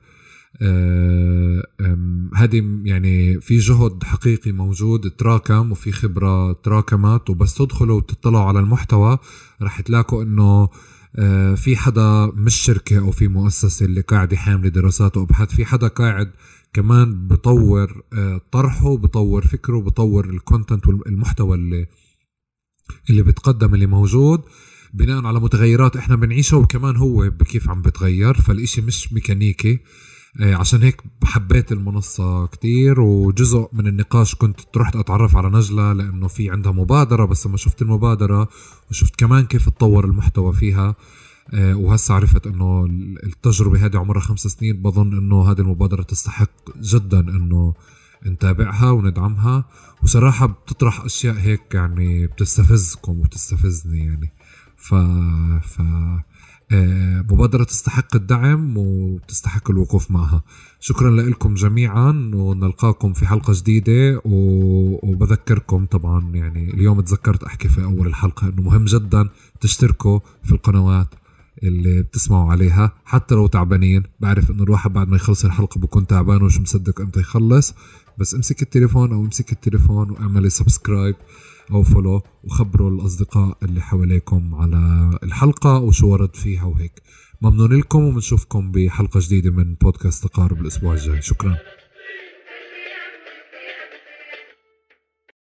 هذه يعني في جهد حقيقي موجود تراكم وفي خبرة تراكمت، وبس تدخلوا وتطلعوا على المحتوى راح تلاقوا انه في حدا مش شركة او في مؤسسة اللي قاعد يحامل دراسات وابحاث، في حدا قاعد كمان بطور طرحه، بطور فكره، بطور الكونتنت والمحتوى اللي اللي بتقدم اللي موجود بناء على متغيرات احنا بنعيشها، وكمان هو بكيف عم بتغير. فالإشي مش ميكانيكي. عشان هيك حبيت المنصة كتير، وجزء من النقاش كنت رحت أتعرف على نجلة لأنه في عندها مبادرة، بس لما شفت المبادرة وشفت كمان كيف تطور المحتوى فيها وهسا عرفت أنه التجربة هذه عمرها خمس سنين، بظن أنه هذه المبادرة تستحق جدا أنه نتابعها وندعمها. وصراحة بتطرح أشياء هيك يعني بتستفزكم وبتستفزني يعني. ف... ف... مبادرة تستحق الدعم وتستحق الوقوف معها. شكرا لكم جميعا، ونلقاكم في حلقة جديدة. وبذكركم طبعا يعني اليوم تذكرت أحكي في أول الحلقة أنه مهم جدا تشتركوا في القنوات اللي بتسمعوا عليها حتى لو تعبانين. بعرف أنه الواحد بعد ما يخلص الحلقة بكون تعبان ومش مصدق أمتى يخلص، بس امسك التليفون أو امسك التليفون واعملي سبسكرايب أو فولو، وخبروا الأصدقاء اللي حواليكم على الحلقة وشو ورد فيها وهيك. ممنون لكم، ومنشوفكم بحلقة جديدة من بودكاست تقارب الأسبوع الجاي. شكرا.